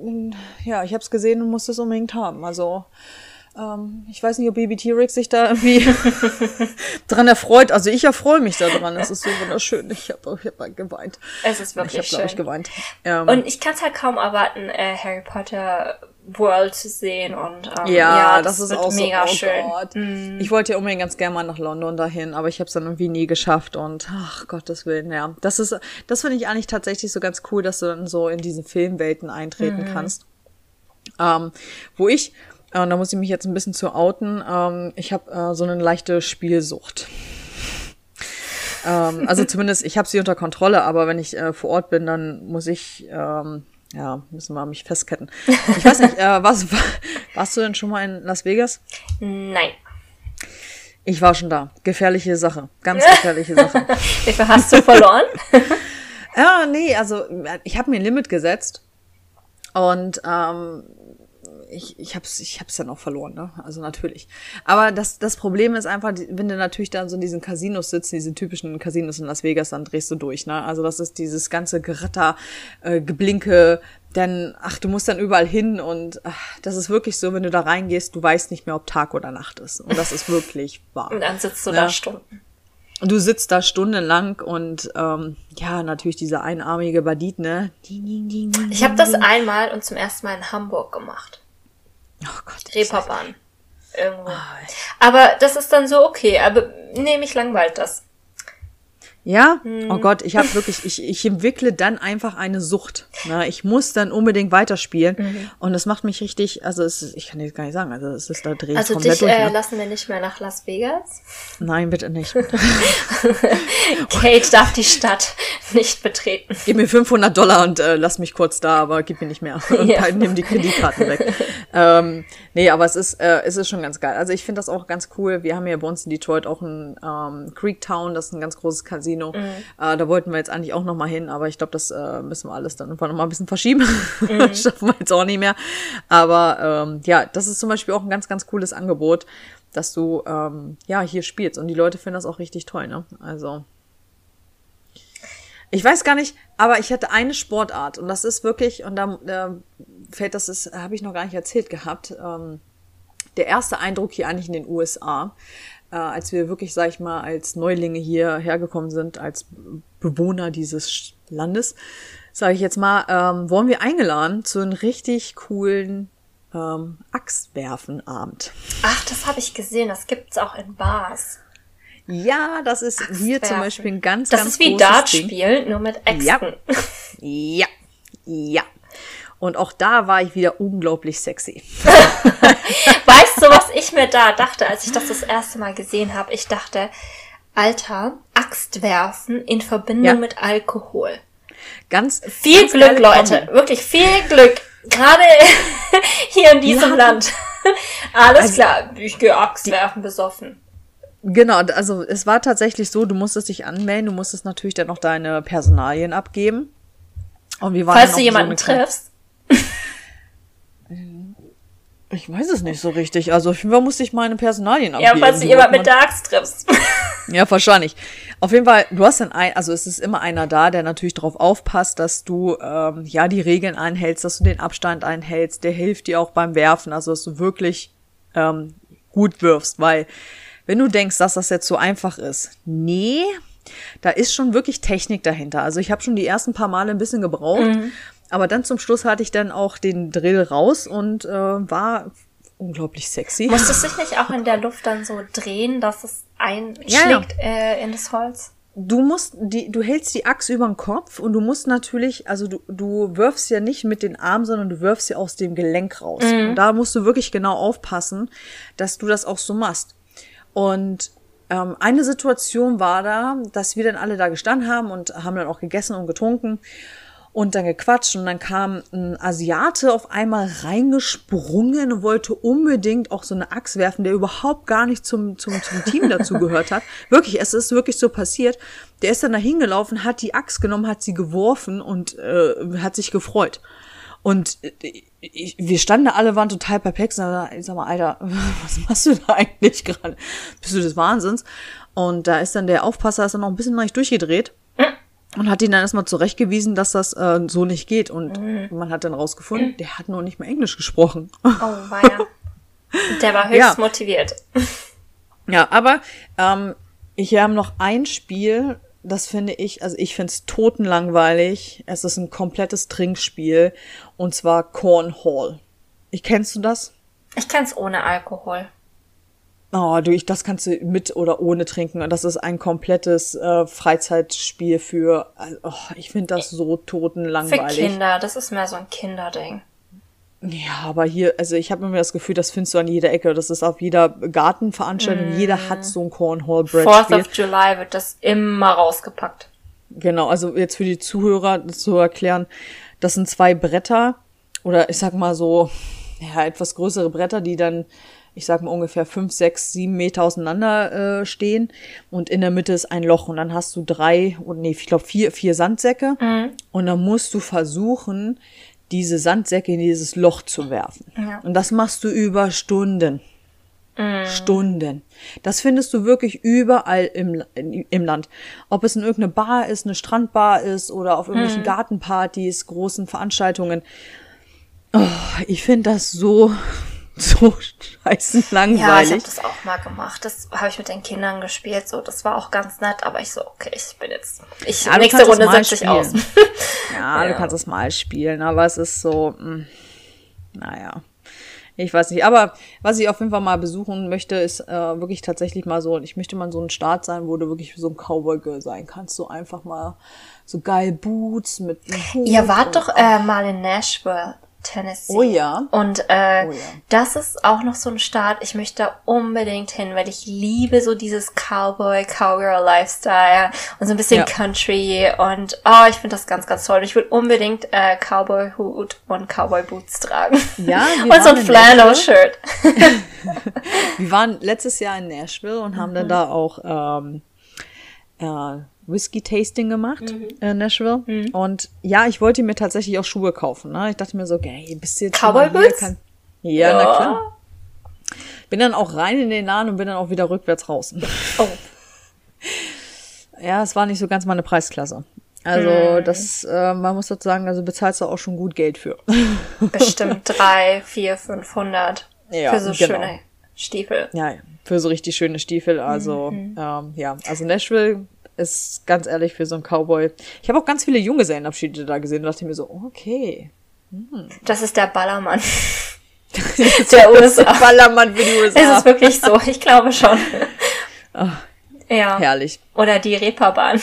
Speaker 2: es gesehen und musste es unbedingt haben. Also ich weiß nicht, ob Baby T-Rex sich da irgendwie dran erfreut. Also ich erfreue mich daran. Es ist so wunderschön. Ich hab geweint.
Speaker 1: Es ist wirklich schön.
Speaker 2: Ich geweint.
Speaker 1: Und ich kann es halt kaum erwarten, Harry Potter World zu sehen. Und
Speaker 2: das ist auch
Speaker 1: mega
Speaker 2: so,
Speaker 1: schön.
Speaker 2: Gott. Ich wollte ja unbedingt ganz gerne mal nach London dahin, aber ich habe es dann irgendwie nie geschafft. Und ach Gottes Willen, ja. Das finde ich eigentlich tatsächlich so ganz cool, dass du dann so in diese Filmwelten eintreten kannst. Wo ich und da muss ich mich jetzt ein bisschen zu outen. Ich habe so eine leichte Spielsucht. Also zumindest, ich habe sie unter Kontrolle, aber wenn ich vor Ort bin, dann muss ich, müssen wir mich festketten. Ich weiß nicht, warst du denn schon mal in Las Vegas?
Speaker 1: Nein.
Speaker 2: Ich war schon da. Gefährliche Sache. Ganz gefährliche Sache.
Speaker 1: Wie viel hast du verloren?
Speaker 2: Ja, nee, also ich habe mir ein Limit gesetzt und ich hab's dann auch verloren, ne? Also natürlich. Aber das Problem ist einfach, wenn du natürlich dann so in diesen Casinos sitzt, diesen typischen Casinos in Las Vegas, dann drehst du durch, ne? Also das ist dieses ganze Geratter, Geblinke, dann, du musst dann überall hin und das ist wirklich so, wenn du da reingehst, du weißt nicht mehr, ob Tag oder Nacht ist. Und das ist wirklich wahr.
Speaker 1: Und dann sitzt du da Stunden.
Speaker 2: Und du sitzt da stundenlang und natürlich dieser einarmige Bandit, ne?
Speaker 1: Ich habe das einmal und zum ersten Mal in Hamburg gemacht.
Speaker 2: Oh Gott.
Speaker 1: Reeperbahn. Irgendwo. Aber das ist dann so okay. Aber mich langweilt das.
Speaker 2: Ja? Oh Gott, ich entwickle dann einfach eine Sucht. Ne? Ich muss dann unbedingt weiterspielen. Und das macht mich richtig, also ich kann dir gar nicht sagen, also es ist da dreht
Speaker 1: also
Speaker 2: komplett
Speaker 1: dich
Speaker 2: durch. Ne?
Speaker 1: lassen wir nicht mehr nach Las Vegas?
Speaker 2: Nein, bitte nicht.
Speaker 1: Kate darf die Stadt nicht betreten.
Speaker 2: Gib mir $500 und lass mich kurz da, aber gib mir nicht mehr. Und nimm die Kreditkarten weg. Nee, aber es ist schon ganz geil. Also ich finde das auch ganz cool. Wir haben hier bei uns in Detroit auch ein Creektown, das ist ein ganz großes Casino. Da wollten wir jetzt eigentlich auch noch mal hin, aber ich glaube, das müssen wir alles dann irgendwann noch mal ein bisschen verschieben. Das schaffen wir jetzt auch nicht mehr. Aber das ist zum Beispiel auch ein ganz, ganz cooles Angebot, dass du hier spielst. Und die Leute finden das auch richtig toll, ne? Also Ich weiß gar nicht, aber ich hatte eine Sportart und das ist wirklich, und da fällt habe ich noch gar nicht erzählt gehabt, der erste Eindruck hier eigentlich in den USA, als wir wirklich, sag ich mal, als Neulinge hier hergekommen sind, als Bewohner dieses Landes, sage ich jetzt mal, wurden wir eingeladen zu einem richtig coolen Axtwerfenabend.
Speaker 1: Ach, das habe ich gesehen. Das gibt's auch in Bars.
Speaker 2: Ja, das ist hier zum Beispiel ein ganz,
Speaker 1: das
Speaker 2: ganz
Speaker 1: ist wie
Speaker 2: großes
Speaker 1: Dartspielen, nur mit Äxten.
Speaker 2: Ja. Und auch da war ich wieder unglaublich sexy.
Speaker 1: Weißt du, was ich mir da dachte, als ich das erste Mal gesehen habe? Ich dachte, Alter, Axtwerfen in Verbindung mit Alkohol. Viel Glück, Leute. Kombi. Wirklich viel Glück. Gerade hier in diesem Land. Alles klar, ich gehe Axtwerfen besoffen.
Speaker 2: Genau, also es war tatsächlich so, du musstest dich anmelden, du musstest natürlich dann noch deine Personalien abgeben. Und wir waren
Speaker 1: falls du jemanden triffst.
Speaker 2: Ich weiß es nicht so richtig. Also auf jeden Fall musste ich meine Personalien abgeben.
Speaker 1: Ja, falls du jemanden mit der Axt triffst.
Speaker 2: Ja, wahrscheinlich. Auf jeden Fall, du hast dann also es ist immer einer da, der natürlich darauf aufpasst, dass du die Regeln einhältst, dass du den Abstand einhältst. Der hilft dir auch beim Werfen, also dass du wirklich gut wirfst, weil wenn du denkst, dass das jetzt so einfach ist, nee, da ist schon wirklich Technik dahinter. Also ich habe schon die ersten paar Male ein bisschen gebraucht, aber dann zum Schluss hatte ich dann auch den Drill raus und war unglaublich sexy.
Speaker 1: Musstest du dich nicht auch in der Luft dann so drehen, dass es einschlägt in das Holz?
Speaker 2: Du hältst die Axt über den Kopf und du musst natürlich, also du wirfst ja nicht mit den Armen, sondern du wirfst sie aus dem Gelenk raus. Und da musst du wirklich genau aufpassen, dass du das auch so machst. Und eine Situation war da, dass wir dann alle da gestanden haben und haben dann auch gegessen und getrunken und dann gequatscht und dann kam ein Asiate auf einmal reingesprungen und wollte unbedingt auch so eine Axt werfen, der überhaupt gar nicht zum Team dazu gehört hat. Wirklich, es ist wirklich so passiert. Der ist dann da hingelaufen, hat die Axt genommen, hat sie geworfen und hat sich gefreut. Und wir standen da alle, waren total perplex. Ich sag mal, Alter, was machst du da eigentlich gerade? Bist du des Wahnsinns? Und da ist dann der Aufpasser ist dann noch ein bisschen leicht durchgedreht und hat ihn dann erstmal zurechtgewiesen, dass das so nicht geht. Und man hat dann rausgefunden, der hat noch nicht mal Englisch gesprochen.
Speaker 1: Oh, weia. Der war höchst motiviert.
Speaker 2: Ja, aber ich habe noch ein Spiel, das finde ich, also ich finde es totenlangweilig. Es ist ein komplettes Trinkspiel und zwar Cornhole. Kennst du das?
Speaker 1: Ich kenn's ohne Alkohol.
Speaker 2: Oh, das kannst du mit oder ohne trinken. Und das ist ein komplettes Freizeitspiel ich finde das so totenlangweilig.
Speaker 1: Für Kinder, das ist mehr so ein Kinderding.
Speaker 2: Ja, aber hier, also ich habe immer das Gefühl, das findest du an jeder Ecke. Das ist auf jeder Gartenveranstaltung. Jeder hat so ein Cornhole-Brettspiel.
Speaker 1: 4th of July wird das immer rausgepackt.
Speaker 2: Genau, also jetzt für die Zuhörer das zu erklären, das sind 2 Bretter oder ich sag mal so, etwas größere Bretter, die dann, ich sag mal ungefähr 5, 6, 7 Meter auseinander stehen und in der Mitte ist ein Loch und dann hast du 4 Sandsäcke und dann musst du versuchen, diese Sandsäcke in dieses Loch zu werfen. Ja. Und das machst du über Stunden. Stunden. Das findest du wirklich überall im Land. Ob es in irgendeine Bar ist, eine Strandbar ist oder auf irgendwelchen Gartenpartys, großen Veranstaltungen. Oh, ich finde das so scheißen langweilig.
Speaker 1: Ja, ich habe das auch mal gemacht. Das habe ich mit den Kindern gespielt. So, das war auch ganz nett. Aber ich so, okay, nächste Runde setze ich aus.
Speaker 2: Ja, du kannst es mal spielen. Aber es ist so, naja. Ich weiß nicht. Aber was ich auf jeden Fall mal besuchen möchte, ist wirklich tatsächlich mal so, ich möchte mal so ein Start sein, wo du wirklich so ein Cowboy-Girl sein kannst. So einfach mal so geil Boots mit einem Hut.
Speaker 1: Ihr wart doch mal in Nashville. Tennessee.
Speaker 2: Oh ja.
Speaker 1: Und das ist auch noch so ein Start. Ich möchte da unbedingt hin, weil ich liebe so dieses Cowgirl-Lifestyle und so ein bisschen Country und ich finde das ganz, ganz toll. Ich will unbedingt Cowboy-Hut und Cowboy-Boots tragen.
Speaker 2: Ja,
Speaker 1: und so ein Flannel-Shirt.
Speaker 2: Wir waren letztes Jahr in Nashville und haben dann da auch Whisky-Tasting gemacht in Nashville. Und ja, ich wollte mir tatsächlich auch Schuhe kaufen. Ne? Ich dachte mir so, okay, bist du jetzt
Speaker 1: Cowboy-Boots?
Speaker 2: Ja, na klar. Bin dann auch rein in den Laden und bin dann auch wieder rückwärts raus.
Speaker 1: Oh.
Speaker 2: Ja, es war nicht so ganz meine Preisklasse. Also das, man muss dazu sagen, also bezahlst du auch schon gut Geld für.
Speaker 1: Bestimmt 300, 400, 500
Speaker 2: Ja,
Speaker 1: für so
Speaker 2: genau.
Speaker 1: schöne Stiefel.
Speaker 2: Ja, für so richtig schöne Stiefel. Also, ja, also Nashville ist ganz ehrlich für so einen Cowboy. Ich habe auch ganz viele Junggesellenabschiede da gesehen und dachte mir so, okay.
Speaker 1: Das ist der Ballermann der USA.
Speaker 2: Ballermann für die
Speaker 1: Es
Speaker 2: USA.
Speaker 1: ist wirklich so, ich glaube schon. Ja.
Speaker 2: Herrlich.
Speaker 1: Oder die Reeperbahn.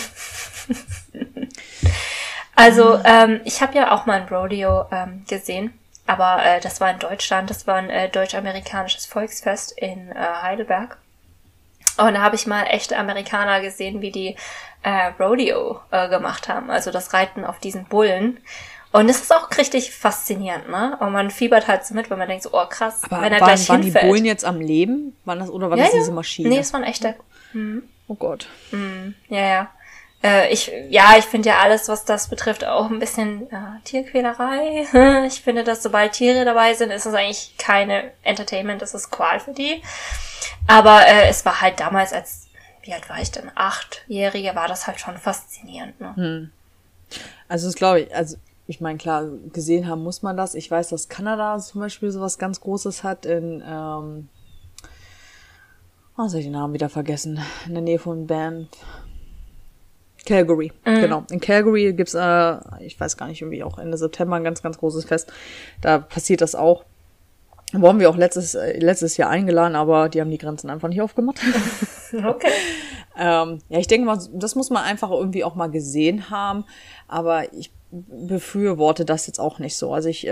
Speaker 1: Also, ich habe ja auch mal ein Rodeo gesehen, aber das war in Deutschland, das war ein deutsch-amerikanisches Volksfest in Heidelberg. Und da habe ich mal echte Amerikaner gesehen, wie die Rodeo gemacht haben, also das Reiten auf diesen Bullen. Und das ist auch richtig faszinierend, ne? Und man fiebert halt so mit, wenn man denkt so, oh krass,
Speaker 2: Aber
Speaker 1: wenn er gleich
Speaker 2: waren die
Speaker 1: hinfällt.
Speaker 2: Bullen jetzt am Leben? Waren das, oder war das diese Maschine?
Speaker 1: Nee, das waren echte.
Speaker 2: Oh Gott.
Speaker 1: Ja. Ich finde ja alles, was das betrifft, auch ein bisschen Tierquälerei. Ich finde, dass sobald Tiere dabei sind, ist es eigentlich keine Entertainment, das ist Qual für die. Aber es war halt damals wie alt war ich denn? 8-Jährige, war das halt schon faszinierend, ne?
Speaker 2: Also das glaube ich, also ich meine, klar, gesehen haben muss man das. Ich weiß, dass Kanada zum Beispiel sowas ganz Großes hat in, oh, soll ich den Namen wieder vergessen? In der Nähe von Banff. Calgary, genau. In Calgary gibt's, ich weiß gar nicht, irgendwie auch Ende September ein ganz, ganz großes Fest. Da passiert das auch. Da wurden wir auch letztes Jahr eingeladen, aber die haben die Grenzen einfach nicht aufgemacht.
Speaker 1: Okay.
Speaker 2: Ja, ich denke mal, das muss man einfach irgendwie auch mal gesehen haben. Aber ich befürworte das jetzt auch nicht so. Also ich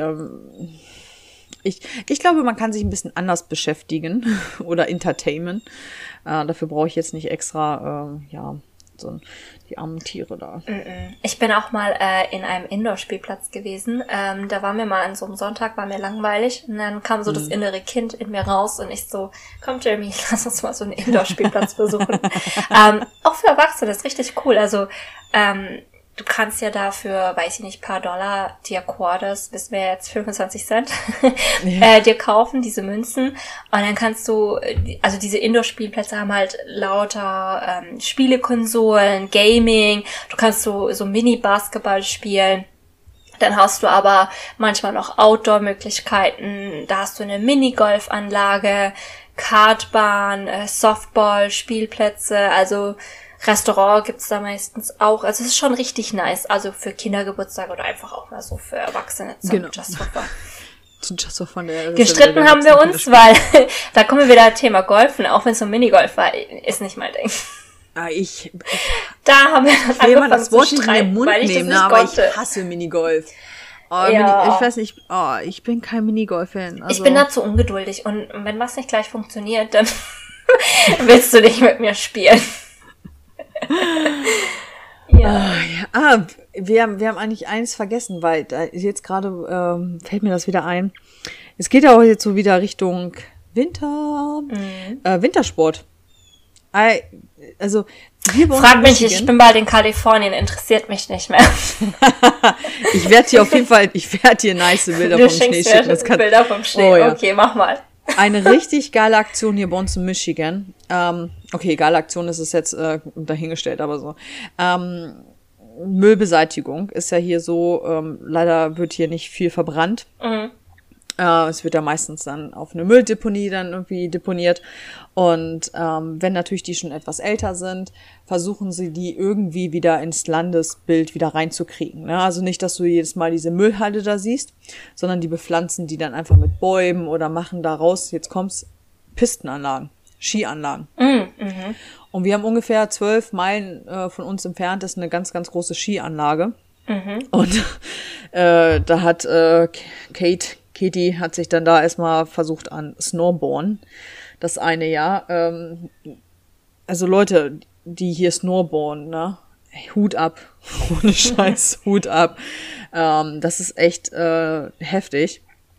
Speaker 2: glaube, man kann sich ein bisschen anders beschäftigen oder entertainen. Dafür brauche ich jetzt nicht extra, die armen Tiere da.
Speaker 1: Ich bin auch mal in einem Indoor-Spielplatz gewesen. Da war mir mal an so einem Sonntag, war mir langweilig. Und dann kam so das innere Kind in mir raus und ich so, komm Jeremy, lass uns mal so einen Indoor-Spielplatz besuchen. Auch für Erwachsene, das ist richtig cool. Also du kannst ja dafür, weiß ich nicht, paar Dollar dir Quarters, bis wir jetzt 25 Cent, dir kaufen, diese Münzen. Und dann kannst du, also diese Indoor-Spielplätze haben halt lauter Spielekonsolen, Gaming, du kannst so Mini-Basketball spielen. Dann hast du aber manchmal noch Outdoor-Möglichkeiten, da hast du eine Minigolfanlage, Kartbahn, Softball, Spielplätze, also Restaurant gibt's da meistens auch. Also es ist schon richtig nice. Also für Kindergeburtstag oder einfach auch mal so für Erwachsene.
Speaker 2: Genau.
Speaker 1: Just for fun.
Speaker 2: Just so von der
Speaker 1: Gestritten haben wir uns, weil da kommen wir wieder Thema Golfen. Auch wenn es so ein Minigolf war, ist nicht mein Ding.
Speaker 2: Da
Speaker 1: haben wir dann
Speaker 2: will man das Wort
Speaker 1: zu
Speaker 2: nicht in den Mund
Speaker 1: weil ich das
Speaker 2: nehmen,
Speaker 1: nicht
Speaker 2: aber
Speaker 1: konnte.
Speaker 2: ich hasse Minigolf.
Speaker 1: Ja.
Speaker 2: Ich weiß nicht, ich bin kein Minigolf-Fan. Also,
Speaker 1: Ich bin da zu ungeduldig und wenn was nicht gleich funktioniert, dann willst du nicht mit mir spielen.
Speaker 2: Wir haben eigentlich eins vergessen, weil da jetzt gerade fällt mir das wieder ein. Es geht ja auch jetzt so wieder Richtung Wintersport. Also wir bei uns
Speaker 1: Frag
Speaker 2: in
Speaker 1: mich,
Speaker 2: Michigan-
Speaker 1: ich bin bald in Kalifornien, interessiert mich nicht mehr.
Speaker 2: Ich werde dir auf jeden Fall, nice Bilder
Speaker 1: Du
Speaker 2: vom Schnee
Speaker 1: schenkst
Speaker 2: schicken.
Speaker 1: mir Bilder vom Schnee.
Speaker 2: Oh, ja.
Speaker 1: Okay, mach mal.
Speaker 2: Eine richtig geile Aktion hier bei uns in Michigan. Okay, geile Aktion ist es jetzt dahingestellt, aber so. Müllbeseitigung ist ja hier so, leider wird hier nicht viel verbrannt. Es wird ja meistens dann auf eine Mülldeponie dann irgendwie deponiert. Und wenn natürlich die schon etwas älter sind, versuchen sie die irgendwie wieder ins Landesbild wieder reinzukriegen. Ne? Also nicht, dass du jedes Mal diese Müllhalde da siehst, sondern die bepflanzen die dann einfach mit Bäumen oder machen daraus, jetzt kommt's, Pistenanlagen, Skianlagen. Und wir haben ungefähr 12 Meilen von uns entfernt, ist eine ganz, ganz große Skianlage. Und da hat Katie hat sich dann da erstmal versucht an Snowboarden. Das eine Jahr. Also Leute, die hier Snowboarden, ne? Hut ab. Ohne Scheiß, Hut ab. Das ist echt heftig.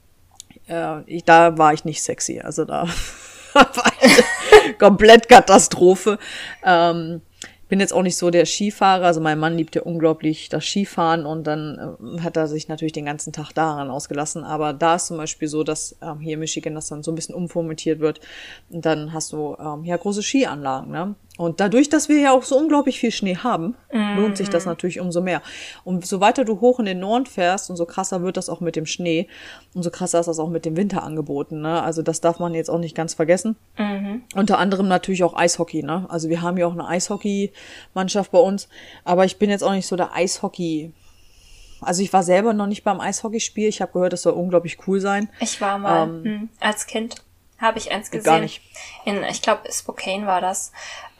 Speaker 2: Da war ich nicht sexy. Also da war ich komplett Katastrophe. Bin jetzt auch nicht so der Skifahrer, also mein Mann liebt ja unglaublich das Skifahren und dann hat er sich natürlich den ganzen Tag daran ausgelassen, aber da ist zum Beispiel so, dass hier in Michigan das dann so ein bisschen umformatiert wird und dann hast du große Skianlagen, ne? Und dadurch, dass wir ja auch so unglaublich viel Schnee haben, lohnt sich das natürlich umso mehr. Und so weiter du hoch in den Norden fährst, umso krasser wird das auch mit dem Schnee. Umso krasser ist das auch mit dem Winterangeboten, ne? Also das darf man jetzt auch nicht ganz vergessen. Unter anderem natürlich auch Eishockey, ne? Also wir haben ja auch eine Eishockey-Mannschaft bei uns. Aber ich bin jetzt auch nicht so der Eishockey. Also ich war selber noch nicht beim Eishockeyspiel. Ich habe gehört, das soll unglaublich cool sein.
Speaker 1: Ich war mal als Kind. Habe ich eins gesehen.
Speaker 2: Gar nicht.
Speaker 1: Ich glaube, Spokane war das.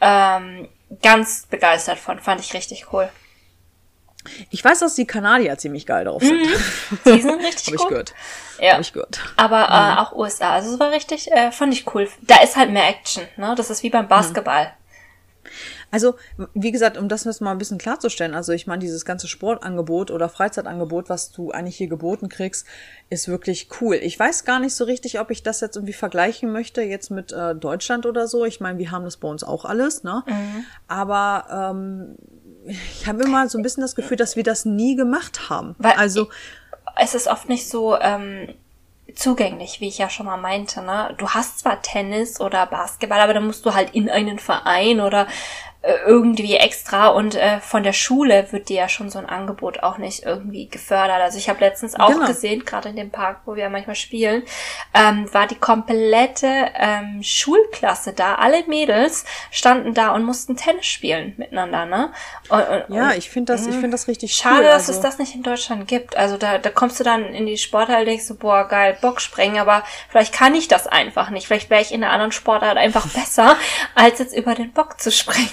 Speaker 1: Ganz begeistert von. Fand ich richtig cool.
Speaker 2: Ich weiß, dass die Kanadier ziemlich geil drauf sind.
Speaker 1: Die sind richtig cool.
Speaker 2: Habe ich gehört.
Speaker 1: Ja.
Speaker 2: Habe ich gehört.
Speaker 1: Aber auch USA. Also es war richtig, fand ich cool. Da ist halt mehr Action, ne? Das ist wie beim Basketball.
Speaker 2: Also, wie gesagt, um das jetzt mal ein bisschen klarzustellen, also ich meine, dieses ganze Sportangebot oder Freizeitangebot, was du eigentlich hier geboten kriegst, ist wirklich cool. Ich weiß gar nicht so richtig, ob ich das jetzt irgendwie vergleichen möchte, jetzt mit Deutschland oder so. Ich meine, wir haben das bei uns auch alles, ne? Aber ich habe immer so ein bisschen das Gefühl, dass wir das nie gemacht haben.
Speaker 1: Weil
Speaker 2: also
Speaker 1: es ist oft nicht so zugänglich, wie ich ja schon mal meinte, ne? Du hast zwar Tennis oder Basketball, aber dann musst du halt in einen Verein oder irgendwie extra und von der Schule wird dir ja schon so ein Angebot auch nicht irgendwie gefördert. Also ich habe letztens auch gesehen, gerade in dem Park, wo wir ja manchmal spielen, war die komplette Schulklasse da. Alle Mädels standen da und mussten Tennis spielen miteinander, ne?
Speaker 2: Ja, ich finde das richtig
Speaker 1: schade,
Speaker 2: cool.
Speaker 1: dass es das nicht in Deutschland gibt. Also da kommst du dann in die Sporthalle und denkst so, boah, geil, Bockspringen, aber vielleicht kann ich das einfach nicht. Vielleicht wäre ich in einer anderen Sportart einfach besser, als jetzt über den Bock zu springen.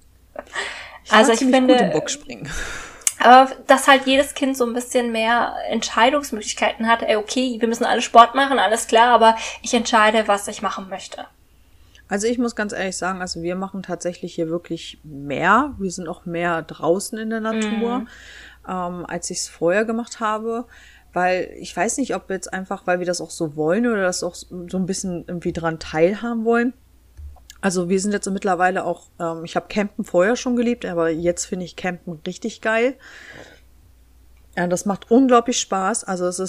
Speaker 1: Also ich finde,
Speaker 2: gut im Bockspringen.
Speaker 1: Aber dass halt jedes Kind so ein bisschen mehr Entscheidungsmöglichkeiten hat. Ey, okay, wir müssen alle Sport machen, alles klar, aber ich entscheide, was ich machen möchte.
Speaker 2: Also ich muss ganz ehrlich sagen, also wir machen tatsächlich hier wirklich mehr. Wir sind auch mehr draußen in der Natur, als ich es vorher gemacht habe. Weil ich weiß nicht, ob jetzt einfach, weil wir das auch so wollen oder das auch so ein bisschen irgendwie dran teilhaben wollen. Also wir sind jetzt mittlerweile auch, ich habe Campen vorher schon geliebt, aber jetzt finde ich Campen richtig geil. Ja, das macht unglaublich Spaß. Also es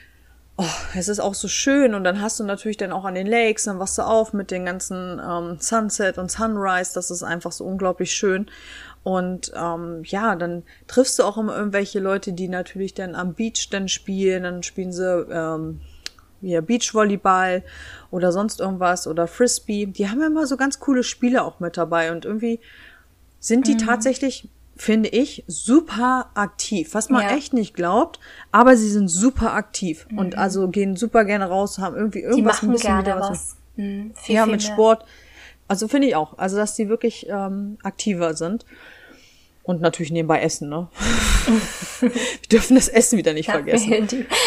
Speaker 2: ist auch so schön und dann hast du natürlich dann auch an den Lakes, dann wachst du auf mit den ganzen Sunset und Sunrise, das ist einfach so unglaublich schön. Und dann triffst du auch immer irgendwelche Leute, die natürlich dann am Beach dann spielen, dann spielen sie Beachvolleyball oder sonst irgendwas oder Frisbee. Die haben ja immer so ganz coole Spiele auch mit dabei und irgendwie sind die tatsächlich, finde ich, super aktiv, was man echt nicht glaubt, aber sie sind super aktiv und also gehen super gerne raus, haben irgendwie irgendwas ein bisschen wieder was. Ja, mit Sport. Also finde ich auch, also dass die wirklich aktiver sind. Und natürlich nebenbei essen, ne? Wir dürfen das Essen wieder nicht vergessen.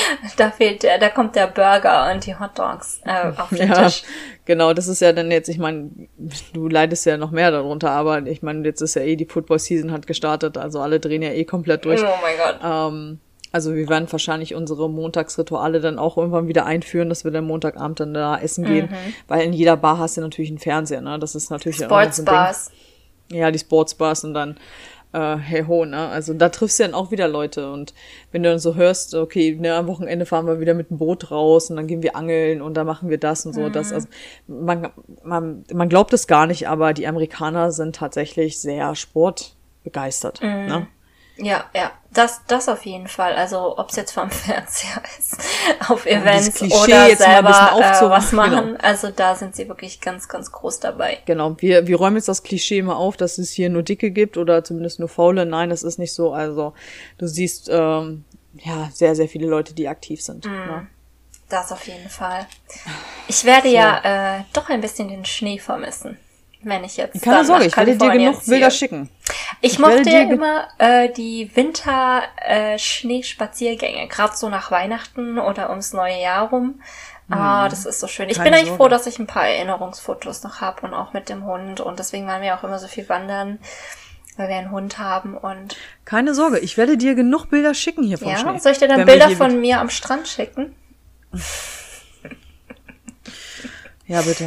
Speaker 1: Da kommt der Burger und die Hotdogs auf den Tisch.
Speaker 2: Genau, das ist ja dann jetzt, ich meine, du leidest ja noch mehr darunter, aber ich meine, jetzt ist ja die Football-Season hat gestartet, also alle drehen ja komplett durch.
Speaker 1: Oh mein Gott.
Speaker 2: Also wir werden wahrscheinlich unsere Montagsrituale dann auch irgendwann wieder einführen, dass wir dann Montagabend dann da essen gehen, weil in jeder Bar hast du natürlich einen Fernseher, ne? Das ist natürlich
Speaker 1: Sportsbars.
Speaker 2: Ja, die Sportsbars und dann hey ho, ne? Also da triffst du dann auch wieder Leute und wenn du dann so hörst, okay, ne, am Wochenende fahren wir wieder mit dem Boot raus und dann gehen wir angeln und dann machen wir das und so, das, also man glaubt es gar nicht, aber die Amerikaner sind tatsächlich sehr sportbegeistert, ne?
Speaker 1: Ja, das auf jeden Fall. Also ob es jetzt vom Fernseher ist, auf Events oder
Speaker 2: jetzt
Speaker 1: selber
Speaker 2: was
Speaker 1: machen.
Speaker 2: Genau.
Speaker 1: Also da sind sie wirklich ganz, ganz groß dabei.
Speaker 2: Genau, wir räumen jetzt das Klischee mal auf, dass es hier nur Dicke gibt oder zumindest nur Faule. Nein, das ist nicht so. Also du siehst sehr, sehr viele Leute, die aktiv sind. Ne?
Speaker 1: Das auf jeden Fall. Ich werde doch ein bisschen den Schnee vermissen. Wenn ich jetzt
Speaker 2: keine Sorge, ich werde dir genug Bilder schicken.
Speaker 1: Ich mochte ja immer die Winter-Schneespaziergänge, gerade so nach Weihnachten oder ums neue Jahr rum. Das ist so schön. Ich bin eigentlich froh, dass ich ein paar Erinnerungsfotos noch habe und auch mit dem Hund. Und deswegen waren wir auch immer so viel wandern, weil wir einen Hund haben. Und
Speaker 2: keine Sorge, ich werde dir genug Bilder schicken hier vom Schnee.
Speaker 1: Soll ich dir dann Bilder von mir am Strand schicken?
Speaker 2: Ja, bitte.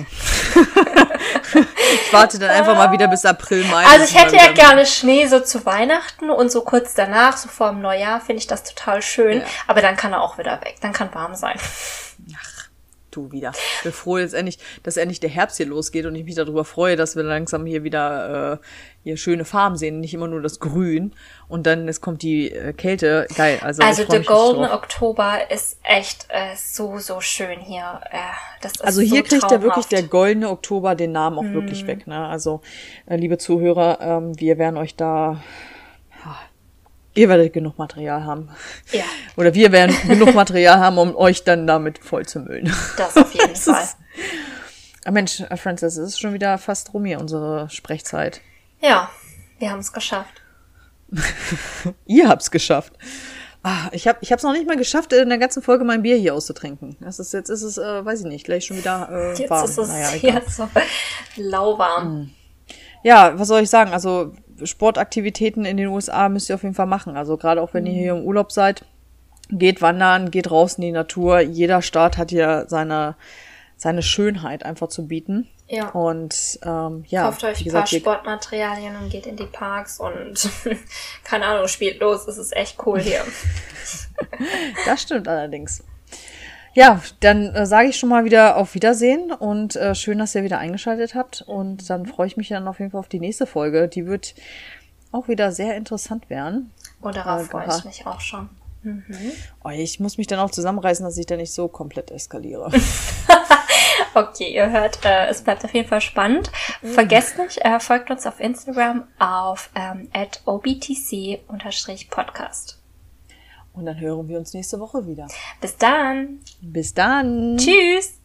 Speaker 2: Ich warte dann einfach mal wieder bis April, Mai.
Speaker 1: Also ich hätte ja gerne Schnee so zu Weihnachten und so kurz danach, so vor dem Neujahr, finde ich das total schön. Ja. Aber dann kann er auch wieder weg. Dann kann warm sein.
Speaker 2: Ach, du wieder. Ich bin froh, dass endlich der Herbst hier losgeht und ich mich darüber freue, dass wir langsam hier wieder hier schöne Farben sehen, nicht immer nur das Grün. Und dann es kommt die Kälte. Geil. Also
Speaker 1: der Golden Oktober ist echt so schön hier. Das ist
Speaker 2: also hier
Speaker 1: so
Speaker 2: kriegt ja wirklich
Speaker 1: traumhaft.
Speaker 2: der Goldene Oktober den Namen auch wirklich weg. Ne? Also liebe Zuhörer, wir werden euch da... Ihr werdet genug Material haben.
Speaker 1: Ja.
Speaker 2: Oder wir werden genug Material haben, um euch dann damit voll zu müllen.
Speaker 1: Das auf jeden Fall.
Speaker 2: Mensch, Francis, es ist schon wieder fast rum hier, unsere Sprechzeit.
Speaker 1: Ja, wir haben es geschafft.
Speaker 2: Ihr habt's geschafft. Ich hab's noch nicht mal geschafft, in der ganzen Folge mein Bier hier auszutrinken. Jetzt ist es, weiß ich nicht, gleich schon wieder
Speaker 1: Jetzt
Speaker 2: warm.
Speaker 1: ist es
Speaker 2: egal.
Speaker 1: jetzt so lauwarm.
Speaker 2: Ja, was soll ich sagen? Also Sportaktivitäten in den USA müsst ihr auf jeden Fall machen. Also gerade auch wenn ihr hier im Urlaub seid, geht wandern, geht raus in die Natur. Jeder Staat hat hier seine Schönheit einfach zu bieten.
Speaker 1: Ja.
Speaker 2: Und
Speaker 1: Kauft euch ein paar Sportmaterialien und geht in die Parks und keine Ahnung, spielt los. Es ist echt cool hier.
Speaker 2: Das stimmt allerdings. Ja, dann sage ich schon mal wieder auf Wiedersehen und schön, dass ihr wieder eingeschaltet habt. Und dann freue ich mich dann auf jeden Fall auf die nächste Folge. Die wird auch wieder sehr interessant werden.
Speaker 1: Und darauf freue ich mich auch schon.
Speaker 2: Oh, ich muss mich dann auch zusammenreißen, dass ich da nicht so komplett eskaliere.
Speaker 1: Okay, ihr hört, es bleibt auf jeden Fall spannend. Vergesst nicht, folgt uns auf Instagram auf @obtc_podcast.
Speaker 2: Und dann hören wir uns nächste Woche wieder.
Speaker 1: Bis dann.
Speaker 2: Bis dann.
Speaker 1: Tschüss.